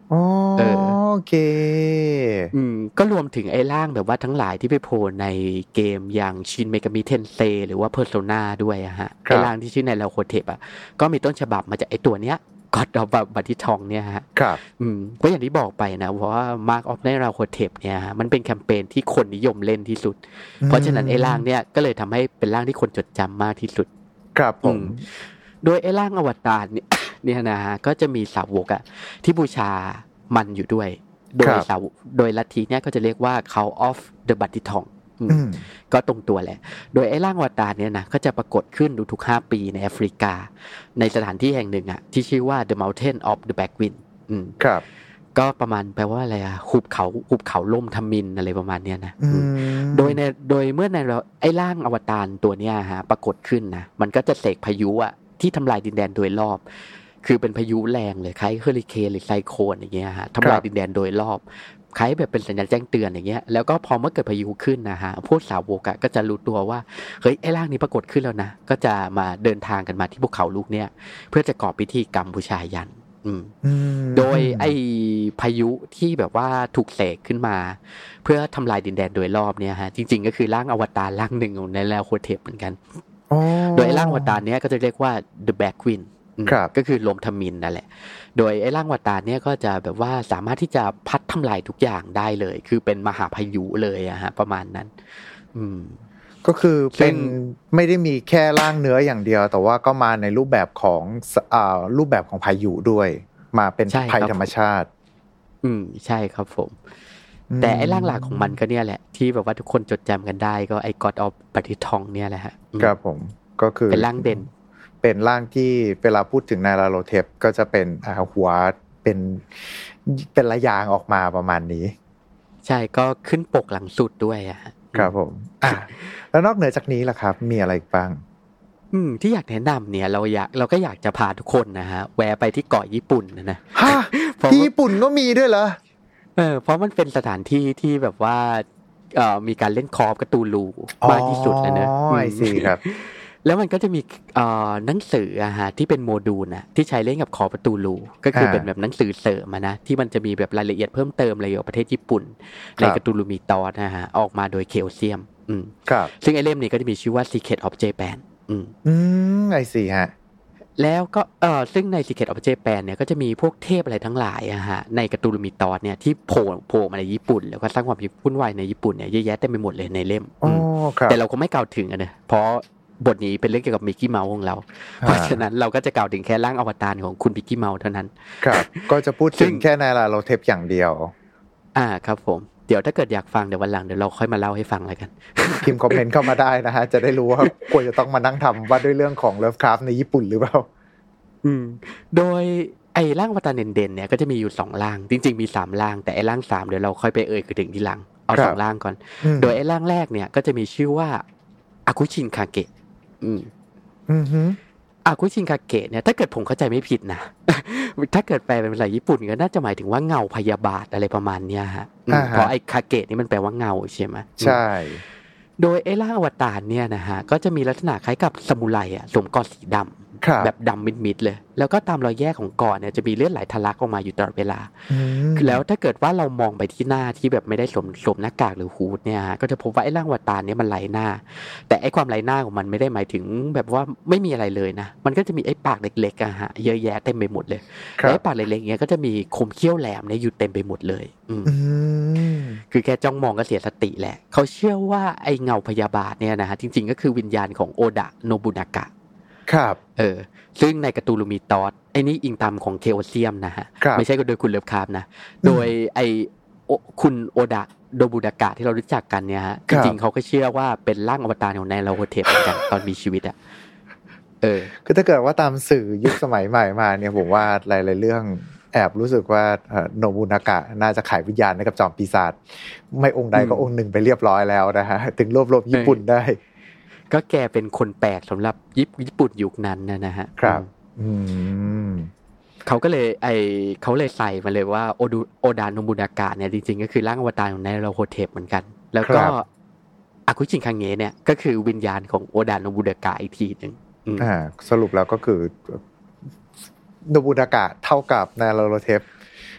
โอเคอืมก็รวมถึงไอ้ร่างแบบว่าทั้งหลายที่ไปโผล่ในเกมอย่างชินเมกามิเทนเซหรือว่า Persona ด้วยอะฮะไอ้ร่างที่ชื่อในลาโคเทปอ่ะก็มีต้นฉบับมาจากไอ้ตัวเนี้ยก็ดอกบัตรที่ทองเนี่ยฮะครับอืมก็อย่างที่บอกไปนะเพราะว่า Mark of ในลาโคเทปเนี่ยฮะมันเป็นแคมเปญที่คนนิยมเล่นที่สุดเพราะฉะนั้นไอ้ร่างเนี่ยก็เลยทำให้เป็นร่างที่คนจดจำมากที่สุดครับผมโดยไอ้ร่างอวตารเนี่ยเนี่ยนะฮะก็จะมีสาวกอ่ะที่บูชามันอยู่ด้วยโดยสาวโดยลัทธิเนี่ยก็จะเรียกว่า Cult of the Batitong ก็ตรงตัวแหละโดยไอ้ร่างอวตารเนี่ยนะก็จะปรากฏขึ้นทุกๆห้าปีในแอฟริกาในสถานที่แห่งหนึ่งอ่ะที่ชื่อว่า The Mountain of the Black Wind อืมครับก็ประมาณแปลว่าอะไรอ่ะหุบเขาหุบเขาล่มทมิฬอะไรประมาณเนี้ยนะโดยในโดยเมื่อในไอ้ร่างอวตารตัวเนี้ยฮะปรากฏขึ้นนะมันก็จะเสกพายุอ่ะที่ทำลายดินแดนโดยรอบคือเป็นพายุแรงเลยคล้ายเฮอริเคนหรือไซโคลนอย่างเงี้ยฮะทำลายดินแดนโดยรอบคล้ายแบบเป็นสัญญาณแจ้งเตือนอย่างเงี้ยแล้วก็พอเมื่อเกิดพายุขึ้นนะฮะพวกสาวกอ่ะก็จะรู้ตัวว่าเฮ้ยไอ้ร่างนี้ปรากฏขึ้นแล้วนะก็จะมาเดินทางกันมาที่ภูเขาลูกเนี้ยเพื่อจะก่อพิธีกรรมบูชายันโดยไอ้พายุที่แบบว่าถูกเสกขึ้นมาเพื่อทำลายดินแดนโดยรอบเนี่ยฮะจริงๆก็คือร่างอวตารร่างหนึ่งของในแลวโคเทปเหมือนกันโดยไอ้ร่างอวตารเนี้ยก็จะเรียกว่า The Black Wind ก็คือลมทมิฬนั่นแหละโดยไอ้ร่างอวตารเนี้ยก็จะแบบว่าสามารถที่จะพัดทำลายทุกอย่างได้เลยคือเป็นมหาพายุเลยอะฮะประมาณนั้นอืมก็คือเป็นไม่ได้มีแค่ร่างเนื้ออย่างเดียวแต่ว่าก็มาในรูปแบบของอ่ารูปแบบของพายุด้วยมาเป็นภัยธรรมชาติอืมใช่ครับผมแต่ไอ้ร่างหลักของมันก็เนี่ยแหละที่แบบว่าทุกคนจดจำกันได้ก็ไอ้ God of Batitong เนี่ยแหละฮะครับผมก็คือเป็นร่างเด่นเป็นร่างที่เวลาพูดถึงในลาโลเทปก็จะเป็นอ่าหัวเป็นเป็นระยางออกมาประมาณนี้ใช่ก็ขึ้นปกหลังสุดด้วยอ่ะครับผมอ่ะแล้วนอกเหนือจากนี้ล่ะครับมีอะไรอีกบ้างอืมที่อยากแนะนำเนี่ยเราอยากเราก็อยากจะพาทุกคนนะฮะแวะไปที่เกาะญี่ปุ่นนะนะฮะที่ญี่ปุ่นก็มีด้วยเหรอเออเพราะมันเป็นสถานที่ที่แบบว่าเอ่อมีการเล่นคอร์ฟการ์ตูนลูมากที่สุดเลยนะอ๋อไอซีครับแล้วมันก็จะมีเอ่อหนังสืออะฮะที่เป็นโมดูลนะที่ใช้เล่นกับคอประตูลูก็คือเป็นแบบหนังสือเสริมมานะที่มันจะมีแบบรายละเอียดเพิ่มเติมอะไรเกี่ยวกับประเทศญี่ปุ่นในการ์ตูนลูมีตอสนะฮะออกมาโดยเคลเซียมอืมครับซึ่งไอเล่มนี้ก็จะมีชื่อว่า Secret of Japan อืมอืมไอซีฮะแล้วก็เอ่อซึ่งใน Secret of Japan เนี่ยก็จะมีพวกเทพอะไรทั้งหลายอะฮะในการ์ตูนลูมีตอสเนี่ยที่โผล่โผล่มาในญี่ปุ่นแล้วก็สร้างความวุ่นวายในญี่ปุ่นเนี่ยเยอะแยะเต็มไปหมดเลยในเล่มอ๋อครับแต่เราคงไม่กล่าวถึงอะนะเพราะบทนี้เป็นเรื่องเกี่ยวกับมิกกี้เมาส์ของเราเพราะฉะนั้นเราก็จะกล่าวถึงแค่ร่างอวตารของคุณมิกกี้เมาส์เท่านั้นครับก็จะพูดถึงแค่ในลาโลเทปอย่างเดียวอ่าครับผมเดี๋ยวถ้าเกิดอยากฟังเดี๋ยววันหลังเดี๋ยวเราค่อยมาเล่าให้ฟังแล้วกันพิมพ์คอมเมนต์เข้ามาได้นะฮะจะได้รู้ว่าควรจะต้องมานั่งทำว่าด้วยเรื่องของเลิฟคราฟในญี่ปุ่นหรือเปล่าอืมโดยไอ้ร่างอวตารเด่นๆเนี่ยก็จะมีอยู่สองร่างจริงๆมีสามร่างแต่ไอ้ร่างสามเดี๋ยวเราค่อยไปเอ่ยถึงทีหลังเอาสองร่างก่อนโดยไอ้ร่างแรกเนี่ยก็จะมีชื่อว่าอากุชินคาเกะอืมอือฮึอากุชินคาเกะเนี่ยถ้าเกิดผมเข้าใจไม่ผิดนะถ้าเกิดแปลเป็นภาษาญี่ปุ่นก็น่าจะหมายถึงว่าเงาพยาบาทอะไรประมาณเนี้ยฮะเพราะไอ้คาเกะนี่มันแปลว่าเงาใช่ไหมใช่โดยไอ้ร่างอวตารเนี่ยนะฮะก็จะมีลักษณะคล้ายกับซามูไรอ่ะสวมกอดสีดำแบบดำมิดๆเลยแล้วก็ตามรอยแยกของก่อนเนี่ยจะมีเลือดไหลทะลักออกมาอยู่ตลอดเวลาแล้วถ้าเกิดว่าเรามองไปที่หน้าที่แบบไม่ได้สวมสวมหน้ากากหรือฮูดเนี่ยก็จะพบว่าไอ้ร่างอวตารเนี่ยมันไหลหน้าแต่ไอ้ความไหลหน้าของมันไม่ได้หมายถึงแบบว่าไม่มีอะไรเลยนะมันก็จะมีไอ้ปากเล็กๆอะฮะเยอะแยะเต็มไปหมดเลยแล้วไอ้ปากเล็กๆเงี้ยก็จะมีคมเขี้ยวแหลมเนี่ยอยู่เต็มไปหมดเลยคือแค่จ้องมองก็เสียสติแหละเขาเชื่อว่าไอ้เงาพยาบาทเนี่ยนะฮะจริงๆก็คือวิญญาณของโอดะโนบุนากะครับเออซึ่งในการ์ตูนลูมีตอสไอ้นี่อิงตามของเคโอเซียมนะฮะไม่ใช่ก็โดยคุณเลิฟคราฟนะโดยไอ้คุณโอดะโดบุดากะที่เรารู้จักกันเนี่ยฮะจริงๆเขาก็เชื่อว่าเป็นร่างอวตารของในลาโฮเทปเหมือนกันตอนมีชีวิตอ่ะเออคือถ้าเกิดว่าตามสื่อยุคสมัยใหม่มาเนี่ยผมว่าหลายๆเรื่องแอบรู้สึกว่าโนบุนากะน่าจะขายวิญญาณให้กับจอมปีศาจไม่องค์ใดก็องค์หนึ่งไปเรียบร้อยแล้วนะฮะถึงรวบรวมญี่ปุ่นได้ก็แกเป็นคนแปลกสำหรับญี่ปุ่นยุคนั้นนะนะฮะครับอืมเขาก็เลยไอเขาเลยใส่มาเลยว่าโอดูโอดาโนบุนากะเนี่ยจริงๆก็คือร่างอวตารของในลาโฮเทปเหมือนกันแล้วก็อากุชินคังเงะเนี่ยก็คือวิญญาณของโอดาโนบุนากะอีกทีนึงอ่าสรุปแล้วก็คือโนบุนากะเท่ากับในลาโฮเทป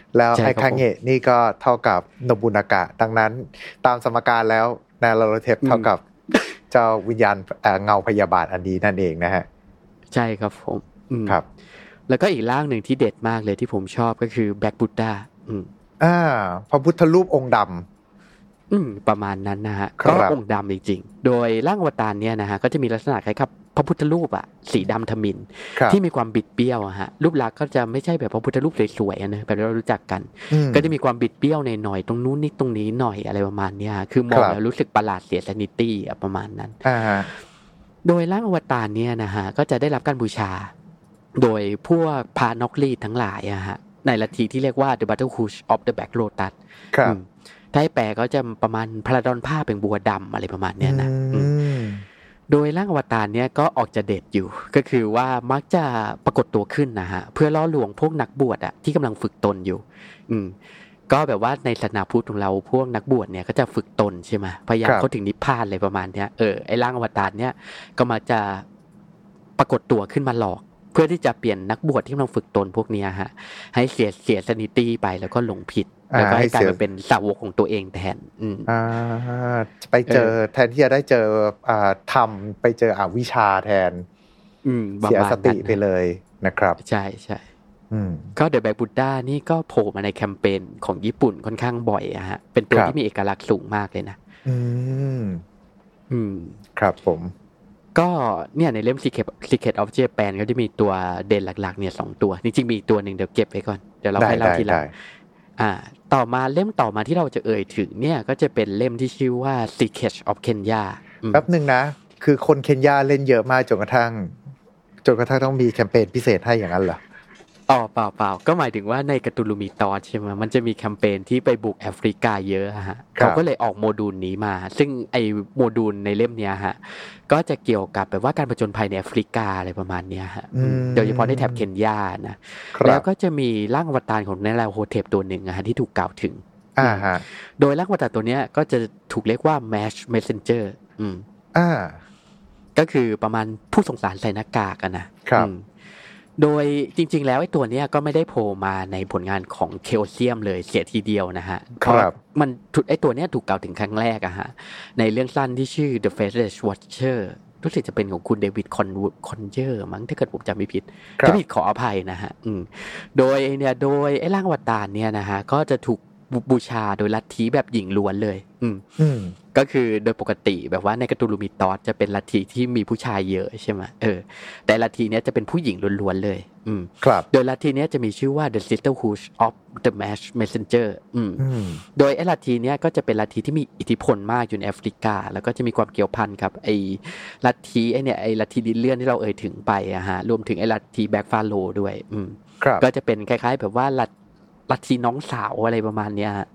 แล้วไอ้คาเงะนี่ก็เท่ากับโนบุนากะดังนั้นตามสมการแล้วนาราโรเทปเท่ากับเจ้าวิญญาณเงาพยาบาทอันนี้นั่นเองนะฮะใช่ครับผมครับแล้วก็อีกร่างหนึ่งที่เด็ดมากเลยที่ผมชอบก็คือแบล็กบุดดาอืมอ่าพระพุทธรูปองค์ดำอืมประมาณนั้นนะฮะก็องค์ดำจริงๆโดยร่างอวตารเนี่ยนะฮะก็จะมีลักษณะคล้ายกับพระพุทธรูปอ่ะสีดำทมิฬที่มีความบิดเบี้ยวอะฮะรูปลักษณ์ก็จะไม่ใช่แบบพระพุทธรูปสวยๆนะแบบที่เรารู้จักกันก็จะมีความบิดเบี้ยวในหน่อยตรงนู้นนิดตรงนี้หน่อยอะไรประมาณนี้คือมองแล้วรู้สึกประหลาดเสีย sanity อ่ะประมาณนั้นโดยร่างอวตารเนี่ยนะฮะก็จะได้รับการบูชาโดยพวกพระนอกรีดทั้งหลายอะฮะในลัทธิที่เรียกว่า The Brotherhood of the Black Lotus ถ้าให้แปลก็จะประมาณพระดอนผ้าเป็นบัวดำอะไรประมาณเนี้ยนะโดยร่างอวตารเนี่ยก็ออกจะเด็ดอยู่ก็คือว่ามักจะปรากฏตัวขึ้นนะฮะเพื่อล่อลวงพวกนักบวชอะที่กำลังฝึกตนอยู่อืมก็แบบว่าในศาสนาพุทธของเราพวกนักบวชเนี่ยก็จะฝึกตนใช่ไหมพยายามเข้าถึงนิพพานอะไรประมาณเนี้ยเออไอ้ร่างอวตารเนี่ยก็มาจะปรากฏตัวขึ้นมาหลอกเพื่อที่จะเปลี่ยนนักบวชที่กำลังฝึกตนพวกนี้ฮะให้เสียเสียซานิตี้ไปแล้วก็หลงผิดแล้วก็ให้กลายมาเป็นสาวกของตัวเองแทนอืมอ่าไปเจอแทนที่จะได้เจออ่าธรรมไปเจออวิชชาแทนอืมเสียสติไปเลยนะครับใช่ใช่อืมก็เดอะแบล็กบุดดานี่ก็โผล่มาในแคมเปญของญี่ปุ่นค่อนข้างบ่อยอะฮะเป็นตัวที่มีเอกลักษณ์สูงมากเลยนะอืมอืมครับผมก็เนี่ยในเล่ม Secret Secret of Japan ก็จะมีตัวเด่นหลักๆเนี่ยสองตัวจริงๆมีอีกตัวนึงเดี๋ยวเก็บไว้ก่อนเดี๋ยวเราค่อยเล่าทีหลังอ่าต่อมาเล่มต่อมาที่เราจะเอ่ยถึงเนี่ยก็จะเป็นเล่มที่ชื่อว่า Secret of Kenya แป๊บนึงนะคือคนเคนยาเล่นเยอะมากจนกระทั่งจนกระทั่งต้องมีแคมเปญพิเศษให้อย่างนั้นเหรออ๋อเปล่าๆก็หมายถึงว่าในการ์ตูนลูมิตอสใช่ไหมมันจะมีแคมเปญที่ไปบุกแอฟริกาเยอะฮะเขาก็เลยออกโมดูลนี้มาซึ่งไอโมดูลในเล่มเนี้ยฮะก็จะเกี่ยวกับแบบว่าการผจญภัยในแอฟริกาอะไรประมาณเนี้ยฮะโดยเฉพาะในแถบเคนยานะแล้วก็จะมีร่างอวตารของเนลาโฮเทปตัวหนึ่งฮะที่ถูกกล่าวถึงอ่าฮะโดยร่างอวตารตัวเนี้ยก็จะถูกเรียกว่า Mash Messenger อืมอ่าก็คือประมาณผู้ส่งสารใส่หน้ากากกันนะครับโดยจริงๆแล้วไอ้ตัวเนี้ยก็ไม่ได้โผล่มาในผลงานของเคโอเซียมเลยเสียทีเดียวนะฮะเพราะมันไอ้ตัวเนี้ยถูกกล่าวถึงครั้งแรกอะฮะในเรื่องสั้นที่ชื่อ The Faceless Watcher รู้สึกจะเป็นของคุณเดวิดคอนคอนเจอร์มั้งถ้าเกิดผมจำไม่ผิดถ้าผิดขออภัยนะฮะอืมโดยเนี่ยโดยไอ้ร่างอวตารเนี่ยนะฮะก็จะถูกบูชาโดยลัทธิแบบหญิงล้วนเลยอืมอืมก็คือโดยปกติแบบว่าในการ์ตูนลูมิตอสจะเป็นลัทธิที่มีผู้ชายเยอะใช่ไหมเออแต่ลัทธิเนี้ยจะเป็นผู้หญิงล้วนๆเลยอืมครับโดยลัทธิเนี้ยจะมีชื่อว่า The Sisterhood of the Mash Messenger อืมโดยไอ้ลัทธิเนี้ยก็จะเป็นลัทธิที่มีอิทธิพลมากอยู่ในแอฟริกาแล้วก็จะมีความเกี่ยวพันกับไอ้ลัทธิไอ้เนี่ยไอ้ลัทธิดินเลื่อนที่เราเอ่ยถึงไปอะฮะรวมถึงไอ้ลัทธิแบ็คฟาโลด้วยอืมก็จะเป็นคล้ายๆแบบว่าลัทลัทธิน้องสาวอะไรประมาณเนี้ยฮะ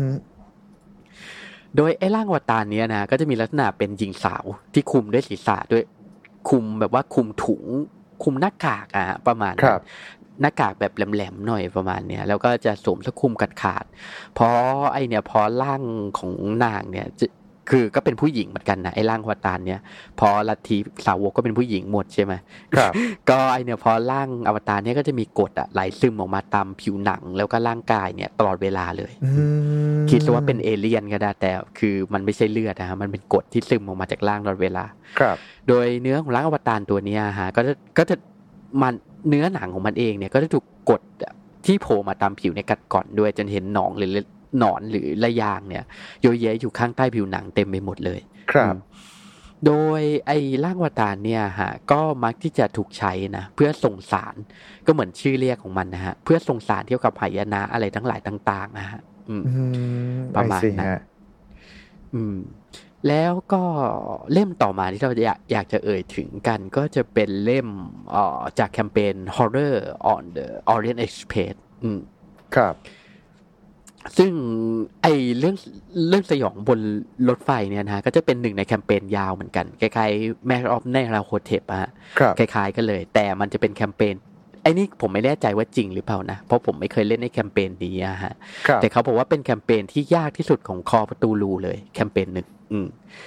โดยไอ้ร่างอวตารเนี้ยนะก็จะมีลักษณะเป็นหญิงสาวที่คุมด้วยศีรษะด้วยคุมแบบว่าคุมถุงคุมหน้ากากอ่ะประมาณนั้นหน้ากากแบบแหลมๆหน่อยประมาณเนี้ยแล้วก็จะสวมเสื้อคลุมกัดขาดเพราะไอเนี่ยพอร่างของนางเนี่ยคือก็เป็นผู้หญิงเหมือนกันนะไอ้ร่างอวตารเนี่ยพอลัทธิสาวกก็เป็นผู้หญิงหมดใช่ไหมครับก็ไอเนี่ยพอร่างอวตารเนี่ยก็จะมีกฎอะไหลซึมออกมาตามผิวหนังแล้วก็ร่างกายเนี่ยตลอดเวลาเลยคิดว่าเป็นเอเลี่ยนก็ได้แต่คือมันไม่ใช่เลือดนะฮะมันเป็นกฎที่ซึมออกมาจากร่างตลอดเวลาครับโดยเนื้อของร่างอวตารตัวนี้ฮะก็จะก็จะมันเนื้อหนังของมันเองเนี่ยก็จะถูกกดที่โผล่มาตามผิวในกัดก่อนด้วยจนเห็นหนองหรือหนอนหรือระยางเนี่ยเยอะแยะอยู่ข้างใต้ผิวหนังเต็มไปหมดเลยครับโดยไอ้ร่างอวตารเนี่ยฮะก็มักที่จะถูกใช้นะเพื่อส่งสารก็เหมือนชื่อเรียกของมันนะฮะเพื่อส่งสารเกี่ยวกับหายนะอะไรทั้งหลายต่างๆนะฮะประมาณนั้นอืมแล้วก็เล่มต่อมาที่เราอยากอยากจะเอ่ยถึงกันก็จะเป็นเล่มเอ่อจากแคมเปญ Horror on the Orient Express อืมครับซึ่งไอ้เรื่องเรื่องสยองบนรถไฟเนี่ยนะฮะก็จะเป็นหนึ่งในแคมเปญยาวเหมือนกันคล้ายๆ Mass of Narahootep อะฮะคล้ายๆกันเลยแต่มันจะเป็นแคมเปญไอ้นี่ผมไม่แน่ใจว่าจริงหรือเปล่านะเพราะผมไม่เคยเล่นในแคมเปญนี้อะฮะแต่เขาบอกว่าเป็นแคมเปญที่ยากที่สุดของคอประตูรูเลยแคมเปญหนึ่งอืม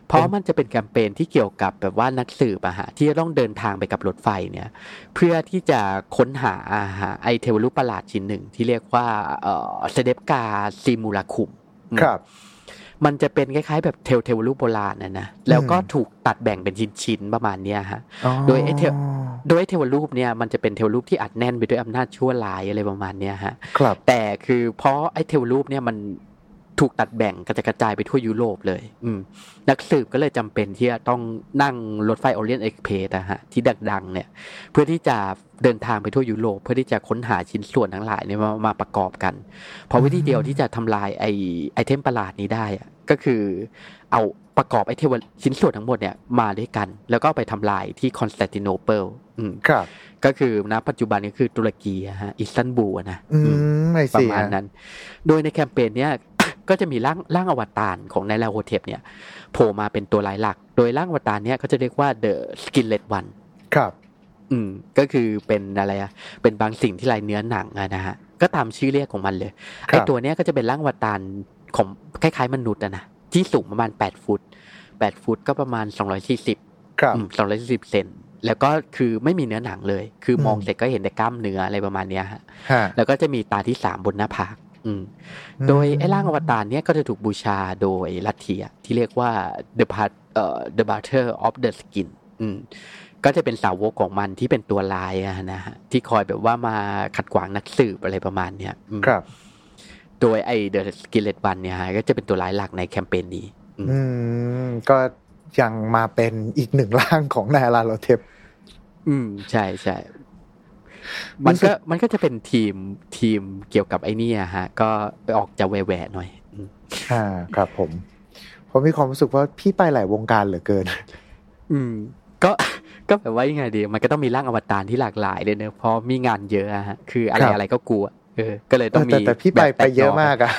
เพราะมันจะเป็นแคมเปญที่เกี่ยวกับแบบว่านักสืบอะฮะที่จะต้องเดินทางไปกับรถไฟเนี่ยเพื่อที่จะค้นหาไอเทวรูปประหลาดชิ้นหนึ่งที่เรียกว่าเอ่อเซเดปกาซิมูลาคุมครับมันจะเป็นคล้ายๆแบบเทวเทวรูปโบราณนะนะแล้วก็ถูกตัดแบ่งเป็นชิ้นๆประมาณเนี้ยฮะโดยไอเทวโดยไอเทวรูปเนี่ยมันจะเป็นเทวรูปที่อัดแน่นไปด้วยอำนาจชั่วร้ายอะไรประมาณเนี้ยฮะแต่คือเพราะไอเทวรูปเนี่ยมันถูกตัดแบ่งกระจายกระจายไปทั่วยุโรปเลยอืมนักสืบก็เลยจำเป็นที่จะต้องนั่งรถไฟโอเรียนต์เอ็กซ์เพรสนะฮะที่ดังๆเนี่ยเพื่อที่จะเดินทางไปทั่วยุโรปเพื่อที่จะค้นหาชิ้นส่วนทั้งหลายเนี่ยมามาประกอบกันเพราะวิธีเดียวที่จะทำลายไอไอเทมประหลาดนี้ได้อะก็คือเอาประกอบไอเทมชิ้นส่วนทั้งหมดเนี่ยมาด้วยกันแล้วก็ไปทำลายที่คอนสแตนติโนเปิลอืมครับก็คือณปัจจุบันนี้คือตุรกีฮะอิสตันบูลนะอืมประมาณนั้นโดยในแคมเปญเนี้ยก็จะมีร่างร่างอวตารของไนลาโฮเทปเนี่ยโผล่มาเป็นตัวร้ายหลักโดยร่างอวตารเนี้ยเขาจะเรียกว่า The Skillet One ครับอืมก็คือเป็นอะไรอ่ะเป็นบางสิ่งที่ลายเนื้อหนังอ่ะนะฮะก็ตามชื่อเรียกของมันเลยไอ้ตัวเนี้ยก็จะเป็นร่างอวตารของคล้ายๆมนุษย์อ่ะนะที่สูงประมาณแปดฟุตแปดฟุตก็ประมาณสองร้อยสี่สิบครับอืมสองร้อยสี่สิบเซนแล้วก็คือไม่มีเนื้อหนังเลยคือมองเสร็จก็เห็นแต่กล้ามเนื้ออะไรประมาณเนี้ยฮะแล้วก็จะมีตาที่สามบนหน้าผากโดยไอ้ร่างอวตารเนี้ยก็จะถูกบูชาโดยลัทธิที่เรียกว่า the part เอ่อ the Butter of the Skin อืมก็จะเป็นสาวกของมันที่เป็นตัวลายอะนะฮะที่คอยแบบว่ามาขัดขวางนักสืบอะไรประมาณเนี้ยครับโดยไอ้ the Skillet One เนี่ยฮะก็จะเป็นตัวร้ายหลักในแคมเปญนี้อืมก็ยังมาเป็นอีกหนึ่งร่างของนายลาโลเทปอืมใช่ใช่มันก็มันก็จะเป็นทีมทีมเกี่ยวกับไอ้นี่อะฮะก็ไปออกจะแหวะๆหน่อยอ่าครับผมผมมีความรู้สึกว่าพี่ไปหลายวงการเหลือเกินอืมก็ก็แบบว่ายังไงดีมันก็ต้องมีร่างอวตารที่หลากหลายเลยเนอะเพราะมีงานเยอะฮะคืออะไรอะไรก็กลัวเออก็เลยต้องมีแต่พี่ไปไปเยอะมากอะ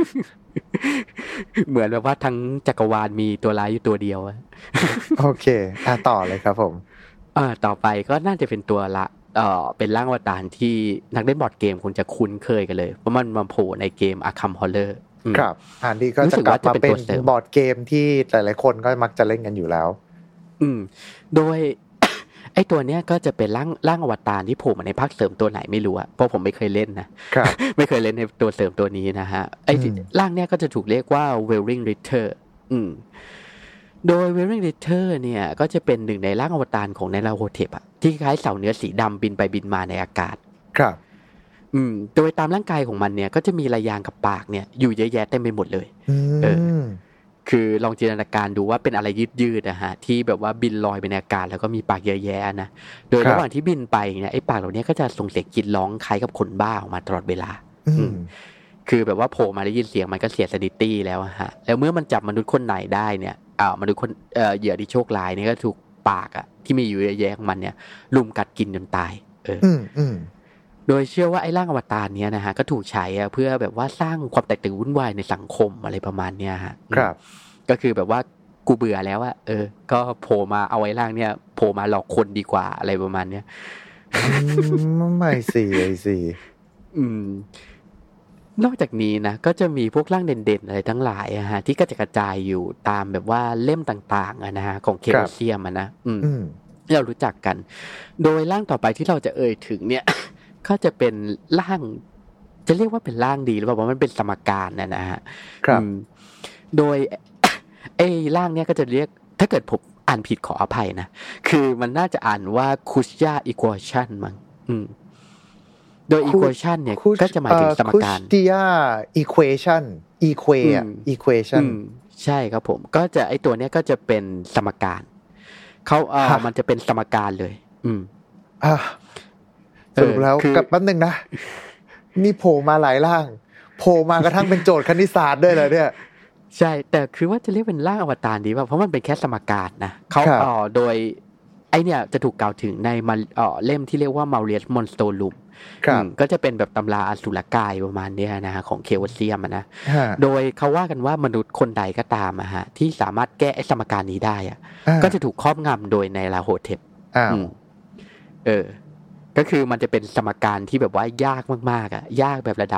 เหมือนแบบว่าทั้งจักรวาลมีตัวร้ายอยู่ตัวเดียวโอเคอ่ะต่อเลยครับผมอ่าต่อไปก็น่าจะเป็นตัวละเอ่อเป็นร่างอวตารที่นักเล่นบอร์ดเกมคงจะคุ้นเคยกันเลยเพราะมันมาโผล่ในเกม Arkham Horror ครับอันนี้ก็จะกลับมาเป็นบอร์ดเกมที่หลายๆคนก็มักจะเล่นกันอยู่แล้วอืมโดยไอ้ตัวเนี้ยก็จะเป็นร่างร่างอวตารที่โผล่มาในภาคเสริมตัวไหนไม่รู้อะเพราะผมไม่เคยเล่นนะครับไม่เคยเล่นในตัวเสริมตัวนี้นะฮะไอ้ร่างเนี้ยก็จะถูกเรียกว่า Wearing Ritter อืมโดย Wearing Ritter เนี่ยก็จะเป็นหนึ่งในร่างอวตารของไนลาโฮเทปอะที่คล้ายเสาเนื้อสีดำบินไปบินมาในอากาศครับอืมโดยตามร่างกายของมันเนี่ยก็จะมีลายยางกับปากเนี่ยอยู่เยอะแยะเต็มไปหมดเลยเออคือลองจินตนาการดูว่าเป็นอะไรยืดๆนะฮะที่แบบว่าบินลอยไปในอากาศแล้วก็มีปากเยอะแยะนะโดยระหว่างที่บินไปเนี่ยไอ้ปากเหล่านี้ก็จะส่งเสียงกรีดร้องคล้ายกับคนบ้าออกมาตลอดเวลาอืมคือแบบว่าโผล่มาได้ยินเสียงมันก็เสียซานิตี้แล้วฮะแล้วเมื่อมันจับมนุษย์คนไหนได้เนี่ยอ่ามนุษย์คนเอ่อเหยื่อที่โชคร้ายเนี่ยก็ถูกปากอ่ะที่มีอยู่เยอะแยะของมันเนี่ยลุมกัดกินจนตายเอออืมโดยเชื่อว่าไอ้ร่างอวตารเนี้ยนะฮะก็ถูกใช้เพื่อแบบว่าสร้างความแตกตื่นวุ่นวายในสังคมอะไรประมาณเนี้ยฮะครับก็คือแบบว่ากูเบื่อแล้วอะเออก็โผล่มาเอาไอ้ร่างเนี้ยโผล่มาหลอกคนดีกว่าอะไรประมาณเนี้ยไม่สิไอ้สิอืมนอกจากนี้นะก็จะมีพวกร่างเด่นๆอะไรทั้งหลายอะฮะที่กระจายกระจายอยู่ตามแบบว่าเล่มต่างๆอะนะฮะของเคโอเซียมอะนะอืมเรารู้จักกันโดยร่างต่อไปที่เราจะเอ่ยถึงเนี่ยก็จะเป็นร่างจะเรียกว่าเป็นร่างดีหรือเปล่าว่ามันเป็นสมการนะนะฮะครับโดยไอ้ร่างเนี้ยก็จะเรียกถ้าเกิดผมอ่านผิดขออภัยนะคือมันน่าจะอ่านว่าคุชยาอีควอชันมั้งอืมโดยอีควอชันเนี่ยก็จะหมายถึงสมการคุชยาอีควอชันอีควออีควอชันใช่ครับผมก็จะไอ้ตัวเนี้ยก็จะเป็นสมการเขาเออมันจะเป็นสมการเลยอืมอ่าสรุปแล้วกับแป๊บนึงนะนี่โผล่มาหลายร่างโผล่มากระทั่งเป็นโจทย์คณิตศาสตร์ด้วยเลยเนี่ยใช่แต่คือว่าจะเรียกเป็นร่างอวตารดีป่ะเพราะมันเป็นแค่สมการนะเขาเอ่อโดยไอเนี่ยจะถูกกล่าวถึงในเอ่อเล่มที่เรียกว่า Maurius Monstrum ก็จะเป็นแบบตำราอสุรกายประมาณนี้นะฮะของเคโอเซียมนะโดยเขาว่ากันว่ามนุษย์คนใดก็ตามอะฮะที่สามารถแก้ไอ้สมการนี้ได้อะก็จะถูกครอบงำโดยในลาโฮเทปเออก็คือมันจะเป็นสมการที่แบบว่ายากมากๆอ่ะยากแบบระดับ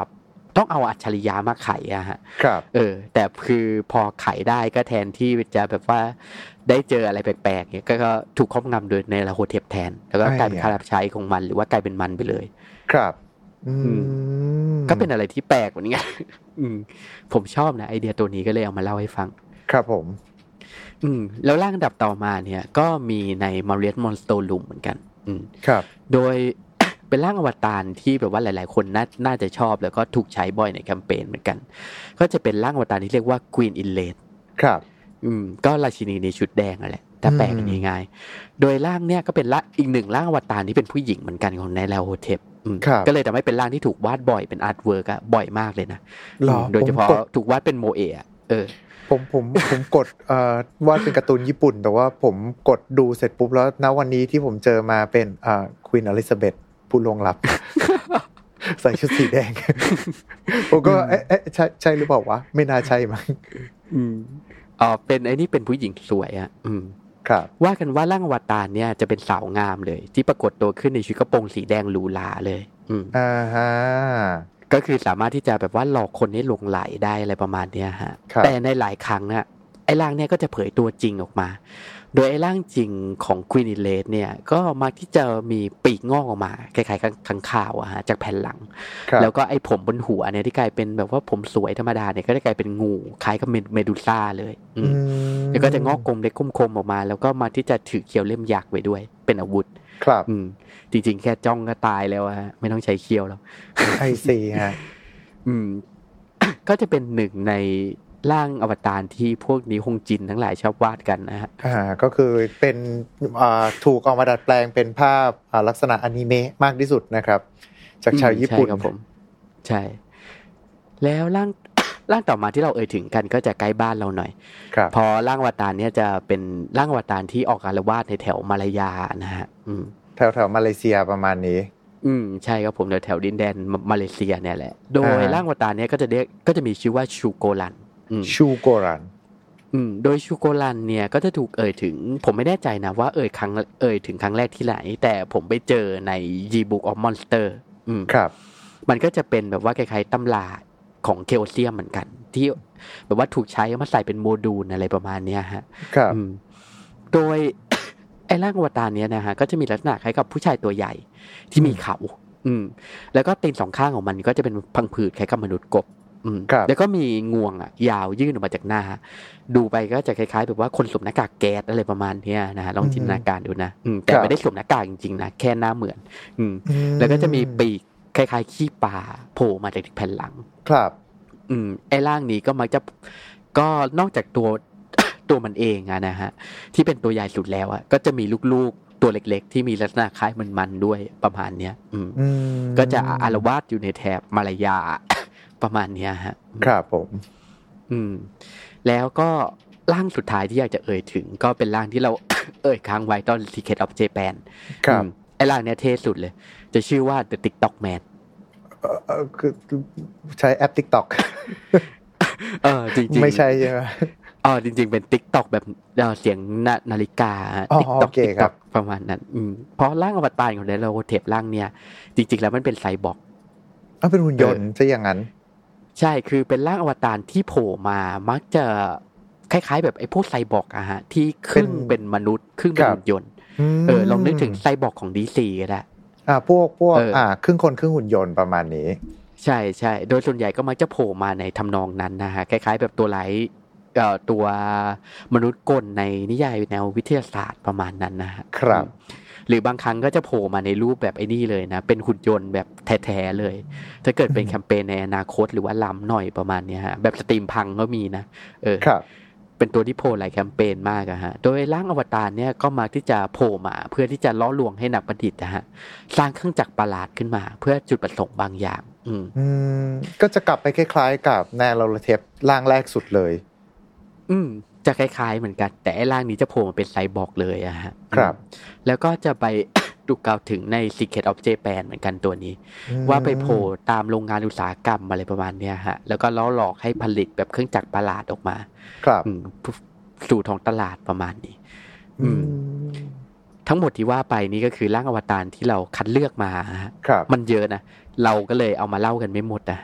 ต้องเอาอัจฉริยะมาไขอะฮะครับเออแต่คือพอไขได้ก็แทนที่จะแบบว่าได้เจออะไรแปลกๆเนี่ยก็ถูกครอบงำโดยในละโฮเทปแทนแล้วก็กลายเป็นข้าราชการของมันหรือว่ากลายเป็นมันไปเลยครับอืมก็เป็นอะไรที่แปลกเหมือนกันผมชอบนะไอเดียตัวนี้ก็เลยเอามาเล่าให้ฟังครับผมอืมแล้วร่างดับต่อมาเนี่ยก็มีใน Marriott Monstrum เหมือนกันอืมครับโดยเป็นร่างอวตารที่แบบว่าหลายๆคนน่าน่าจะชอบแล้วก็ถูกใช้บ่อยในแคมเปญเหมือนกันก็จะเป็นร่างอวตารที่เรียกว่า Queen Inlet ครับอืมก็ราชินีในชุดแดงนั่นแหละถ้าแปลง่ายๆโดยร่างเนี่ยก็เป็นละอีกหนึ่งร่างอวตารที่เป็นผู้หญิงเหมือนกันของในแลโฮเทปก็เลยทำให้เป็นร่างที่ถูกวาดบ่อยเป็นอาร์ตเวิร์กอะบ่อยมากเลยนะโดยเฉพาะถูกวาดเป็นโมเอะเออผมผมผมกดเอ่อวาดเป็นการ์ตูนญี่ปุ่นแต่ว่าผมกดดูเสร็จปุ๊บแล้วณวันนี้ที่ผมเจอมาเป็นอ่าควีนอลิซาเบธผู้ล่วงลับใส่ชุดสีแดงผมก็เอ๊ะเอ๊ะใช่ใช่หรือเปล่าวะไม่น่าใช่มั้งอืมอ๋อเป็นไอ้นี่เป็นผู้หญิงสวยอ่ะอืมครับว่ากันว่าร่างอวตารเนี่ยจะเป็นสาวงามเลยที่ปรากฏตัวขึ้นในชุดกระโปรงสีแดงหรูหราเลยอืมอ่าฮะก็คือสามารถที่จะแบบว่าหลอกคนให้หลงไหลได้อะไรประมาณเนี้ยฮะแต่ในหลายครั้งน่ะไอ้ร่างเนี่ยก็จะเผยตัวจริงออกมาโดยไอ้ร่างจริงของ Queen Inlet เนี่ยก็มักที่จะมีปีกงอกออกมาคล้ายๆข้างข่าวอะฮะจากแผ่นหลังแล้วก็ไอ้ผมบนหัวเนี่ยที่กลายเป็นแบบว่าผมสวยธรรมดาเนี่ยก็จะกลายเป็นงูคล้ายกับเมดูซ่าเลยอืมแล้วก็จะงอกกลมเล็กคมๆออกมาแล้วก็มาที่จะถือเคี้ยวเล่มยักษ์ไว้ด้วยเป็นอาวุธครับอืมจริงๆแค่จ้องก็ตายแล้วฮะไม่ต้องใช้เคี้ยวแล้วไอซีฮะอืมก็จะเป็นหนึ่งในร่างอวตารที่พวกนี้ฮงจินทั้งหลายชอบวาดกันนะฮะอ่าก็คือเป็นอ่าถูกเอามาดัดแปลงเป็นภาพอ่าลักษณะอนิเมะมากที่สุดนะครับจากชาวญี่ปุ่นใช่ครับผมใช่แล้วร่างร่างต่อมาที่เราเอ่ยถึงกันก็จะใกล้บ้านเราหน่อยครับพอร่างอวตารเนี่ยจะเป็นร่างอวตารที่ออกอาละวาดในแถวมาลายานะฮะอืมแถวแถวมาเลเซียประมาณนี้อืมใช่ครับผมแถวแถวดินแดนมาเลเซียเนี่ยแหละโดยร่างอวตารเนี่ยก็จะเรียกก็จะมีชื่อว่าชูโกรันชูโกรันอืมโดยชูโกรันเนี่ยก็จะถูกเอ่ยถึงผมไม่แน่ใจนะว่าเอ่ยครั้งเอ่ยถึงครั้งแรกที่ไหนแต่ผมไปเจอใน Yearbook of Monster อืมครับมันก็จะเป็นแบบว่าคล้ายๆตำราของเคโอเซียมเหมือนกันที่แบบว่าถูกใช้มาใส่เป็นโมดูลอะไรประมาณเนี้ยฮะครับโดยไอ้ร่างอวตารเนี้ยนะฮะก็จะมีลักษณะคล้ายกับผู้ชายตัวใหญ่ที่มีเขาอืมแล้วก็ตีนสองข้างของมันก็จะเป็นพังผืดคล้ายกับมนุษย์กบอืมแล้วก็มีงวงอ่ะยาวยื่นออกมาจากหน้าดูไปก็จะคล้ายๆแบบว่าคนสวมหน้ากากแก๊สอะไรประมาณนี้นะฮะลองจินตนาการดูนะแต่ไม่ได้สวมหน้ากากจริงๆนะแค่หน้าเหมือนอืมแล้วก็จะมีปีกคล้ายๆขี้ปลาโผล่มาจากแผ่นหลังครับอืมไอ้ร่างนี้ก็มักจะก็นอกจากตัว ตัวมันเองอะนะฮะที่เป็นตัวใหญ่สุดแล้วอะก็จะมีลูกๆตัวเล็กๆที่มีลักษณะคล้ายมันๆด้วยประมาณเนี้ยอืมก็จะอาละวาดอยู่ในแถบมาลายาประมาณนี้ฮะครับผมอืมแล้วก็ร่างสุดท้ายที่อยากจะเอ่ยถึงก็เป็นร่างที่เรา เอ่ยค้างไว้ตอน Secret of Japan ครับไอ้ร่างเนี้ยเท่สุดเลยจะชื่อว่า The TikTok Man เอ่อคือใช้แอป TikTok เออจริงๆไม่ใช่ใช่มั้ยอ๋อจริงๆเป็น TikTok แบบเสียงนาฬิกา TikTok TikTok ประมาณนั้นอืมเพราะร่างอวตารของเดโลเทปร่างเนี้ยจริงๆแล้วมันเป็นไซบอร์กอ้าวเป็นหุ่นยนต์ซะอย่างนั้นใช่คือเป็นร่างอวตารที่โผล่มามักจะคล้ายๆแบบไอ้พวกไซบอร์กอะฮะที่ครึ่งเป็นมนุษย์ครึ่งเป็นหุ่นยนต์เออลองนึกถึงไซบอร์กของ ดี ซี ก็ได้อ่าพวกพวกอ่าครึ่งคนครึ่งหุ่นยนต์ประมาณนี้ใช่ๆโดยส่วนใหญ่ก็มักจะโผล่มาในทำนองนั้นนะฮะคล้ายๆแบบตัวไร้เอ่อตัวมนุษย์กลในนิยายแนววิทยาศาสตร์ประมาณนั้นนะฮะครับหรือบางครั้งก็จะโผล่มาในรูปแบบไอ้นี่เลยนะเป็นหุ่นยนต์แบบแท้ๆเลยถ้าเกิดเป็นแคมเปญในอนาคตหรือว่าล้ำหน่อยประมาณนี้ฮะแบบสตรีมพังก็มีนะเออเป็นตัวที่โผล่หลายแคมเปญมากอะฮะโดยร่างอวตารเนี่ยก็มาที่จะโผล่มาเพื่อที่จะล้อลวงให้นักประดิษฐ์นะฮะสร้างเครื่องจักรประหลาดขึ้นมาเพื่อจุดประสงค์บางอย่างอืมอืมก็จะกลับไปคล้ายๆกับแนวโลเทปร่างแรกสุดเลยอืมจะคล้ายๆเหมือนกันแต่ไอ้ร่างนี้จะโผล่มาเป็นไซบอร์กเลยอะฮะครับแล้วก็จะไปถูกกล่าวถึงใน Secret of Japan เหมือนกันตัวนี้ว่าไปโผล่ตามโรงงานอุตสาหกรรมอะไรประมาณเนี้ยฮะแล้วก็ล้อหลอกให้ผลิตแบบเครื่องจักรประหลาดออกมาครับสู่ท้องตลาดประมาณนี้อืมทั้งหมดที่ว่าไปนี่ก็คือร่างอวตารที่เราคัดเลือกมาฮะมันเยอะนะเราก็เลยเอามาเล่ากันไม่หมดนะ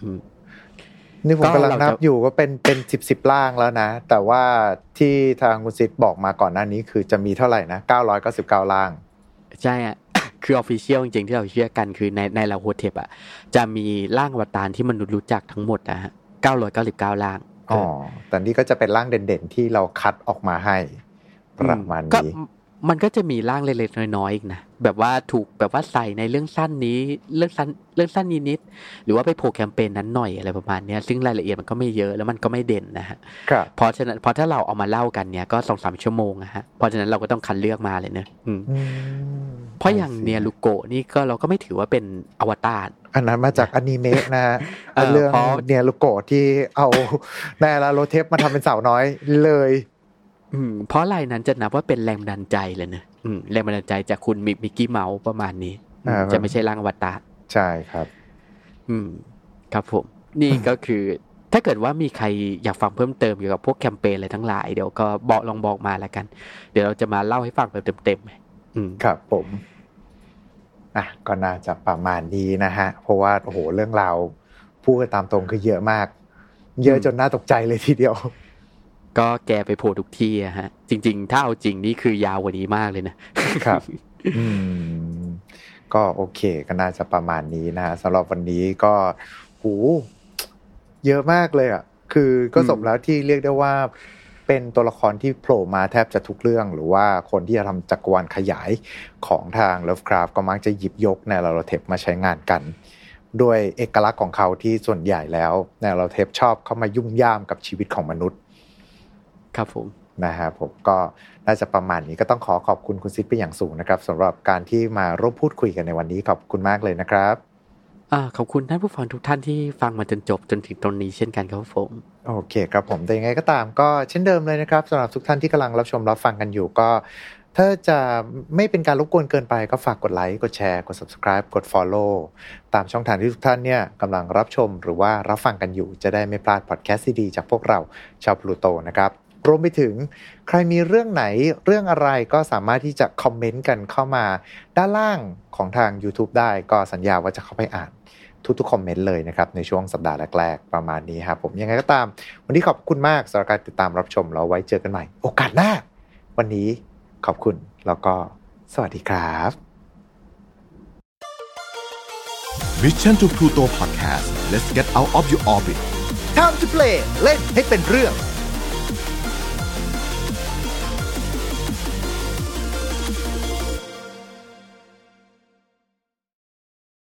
นี่ผมกำลังนับอยู่ว่าเป็นเป็นสิบสิบล่างแล้วนะแต่ว่าที่ทางคุณซิดบอกมาก่อนหน้านี้คือจะมีเท่าไหร่นะเก้าร้อยเก้าสิบเก้าล่างใช่อ่ะ คือออฟฟิเชียลจริงๆที่เราเชื่อกันคือในในลาโฮเทปอ่ะจะมีร่างอวตารที่มนุษย์รู้จักทั้งหมดนะฮะเก้าร้อยเก้าสิบเก้าล่างอ๋อแต่นี่ก็จะเป็นร่างเด่นๆที่เราคัดออกมาให้ประมาณนี้มันก็จะมีร่างเล็กๆน้อยๆอีกนะแบบว่าถูกแบบว่าใส่ในเรื่องสั้นนี้เรื่องสั้นเรื่องสั้นนิดๆหรือว่าไปโผล่แคมเปญนั้นหน่อยอะไรประมาณนี้ซึ่งรายละเอียดมันก็ไม่เยอะแล้วมันก็ไม่เด่นนะฮะเพราะฉะนั้นเพราะถ้าเราเอามาเล่ากันเนี่ยก็ สองถึงสาม ชั่วโมงนะฮะเพราะฉะนั้นเราก็ต้องคัดเลือกมาเลยเนอะเพราะอย่างเนียลูโกะนี่ก็เราก็ไม่ถือว่าเป็นอวตารอันนั้นมาจากอนิเมะนะฮะเรื่องเนียลูโกะที่เอาในลาโลเทปมาทำเป็นสาวน้อยเลยอืมเพราะอะไรนั้นจะนับว่าเป็นแรงบันดาลใจเลยนะอืมแรงบันดาลใจจากคุณมิกกี้เมาส์ประมาณนี้จะไม่ใช่ร่างอวตารใช่ครับอืมครับผมนี่ก็คือถ้าเกิดว่ามีใครอยากฟังเพิ่มเติมเกี่ยวกับพวกแคมเปญอะไรทั้งหลายเดี๋ยวก็บอกลองบอกมาแล้วกันเดี๋ยวเราจะมาเล่าให้ฟังแบบเต็มๆอืมครับผมอ่ะก็น่าจะประมาณนี้นะฮะเพราะว่าโอ้โหเรื่องราวพูดตามตรงคือเยอะมากเยอะจนน่าตกใจเลยทีเดียวก็แกไปโผล่ทุกที่อะฮะจริงๆถ้าเอาจริงนี่คือยาวกว่านี้มากเลยนะครับอืมก็โอเคก็น่าจะประมาณนี้นะสำหรับวันนี้ก็โหเยอะมากเลยอ่ะคือก็สมแล้วที่เรียกได้ว่าเป็นตัวละครที่โผล่มาแทบจะทุกเรื่องหรือว่าคนที่จะทำจักรวาลขยายของทาง Lovecraft ก็มักจะหยิบยกในลาโลเทปมาใช้งานกันด้วยเอกลักษณ์ของเขาที่ส่วนใหญ่แล้วในลาโลเทปชอบเข้ามายุ่งย่ามกับชีวิตของมนุษย์ครับผมนะฮะผมก็น่าจะประมาณนี้ก็ต้องขอขอบคุณคุณซิดเป็นอย่างสูงนะครับสำหรับการที่มาร่วมพูดคุยกันในวันนี้ขอบคุณมากเลยนะครับอ่าขอบคุณท่านผู้ฟังทุกท่านที่ฟังมาจนจบจนถึงตรงนี้เช่นกันครับผมโอเคครับผมแต่ยังไงก็ตามก็เช่นเดิมเลยนะครับสำหรับทุกท่านที่กำลังรับชมรับฟังกันอยู่ก็ถ้าจะไม่เป็นการรบกวนเกินไปก็ฝากกดไลค์กดแชร์กด Subscribe กด Follow ตามช่องทางที่ทุกท่านเนี่ยกำลังรับชมหรือว่ารับฟังกันอยู่จะได้ไม่พลาดพอดแคสต์ดีๆจากพวกเราชาวพลูโตนะครับรวมไปถึงใครมีเรื่องไหนเรื่องอะไรก็สามารถที่จะคอมเมนต์กันเข้ามาด้านล่างของทาง YouTube ได้ก็สัญญาว่าจะเข้าไปอ่านทุกๆคอมเมนต์เลยนะครับในช่วงสัปดาห์แรกๆประมาณนี้ครับผมยังไงก็ตามวันนี้ขอบคุณมากสำหรับการติดตามรับชมแล้วไว้เจอกันใหม่โอกาสหน้าวันนี้ขอบคุณแล้วก็สวัสดีครับ Mission to Pluto Podcast Let's get out of your orbit Time to play เล่นให้เป็นเรื่อง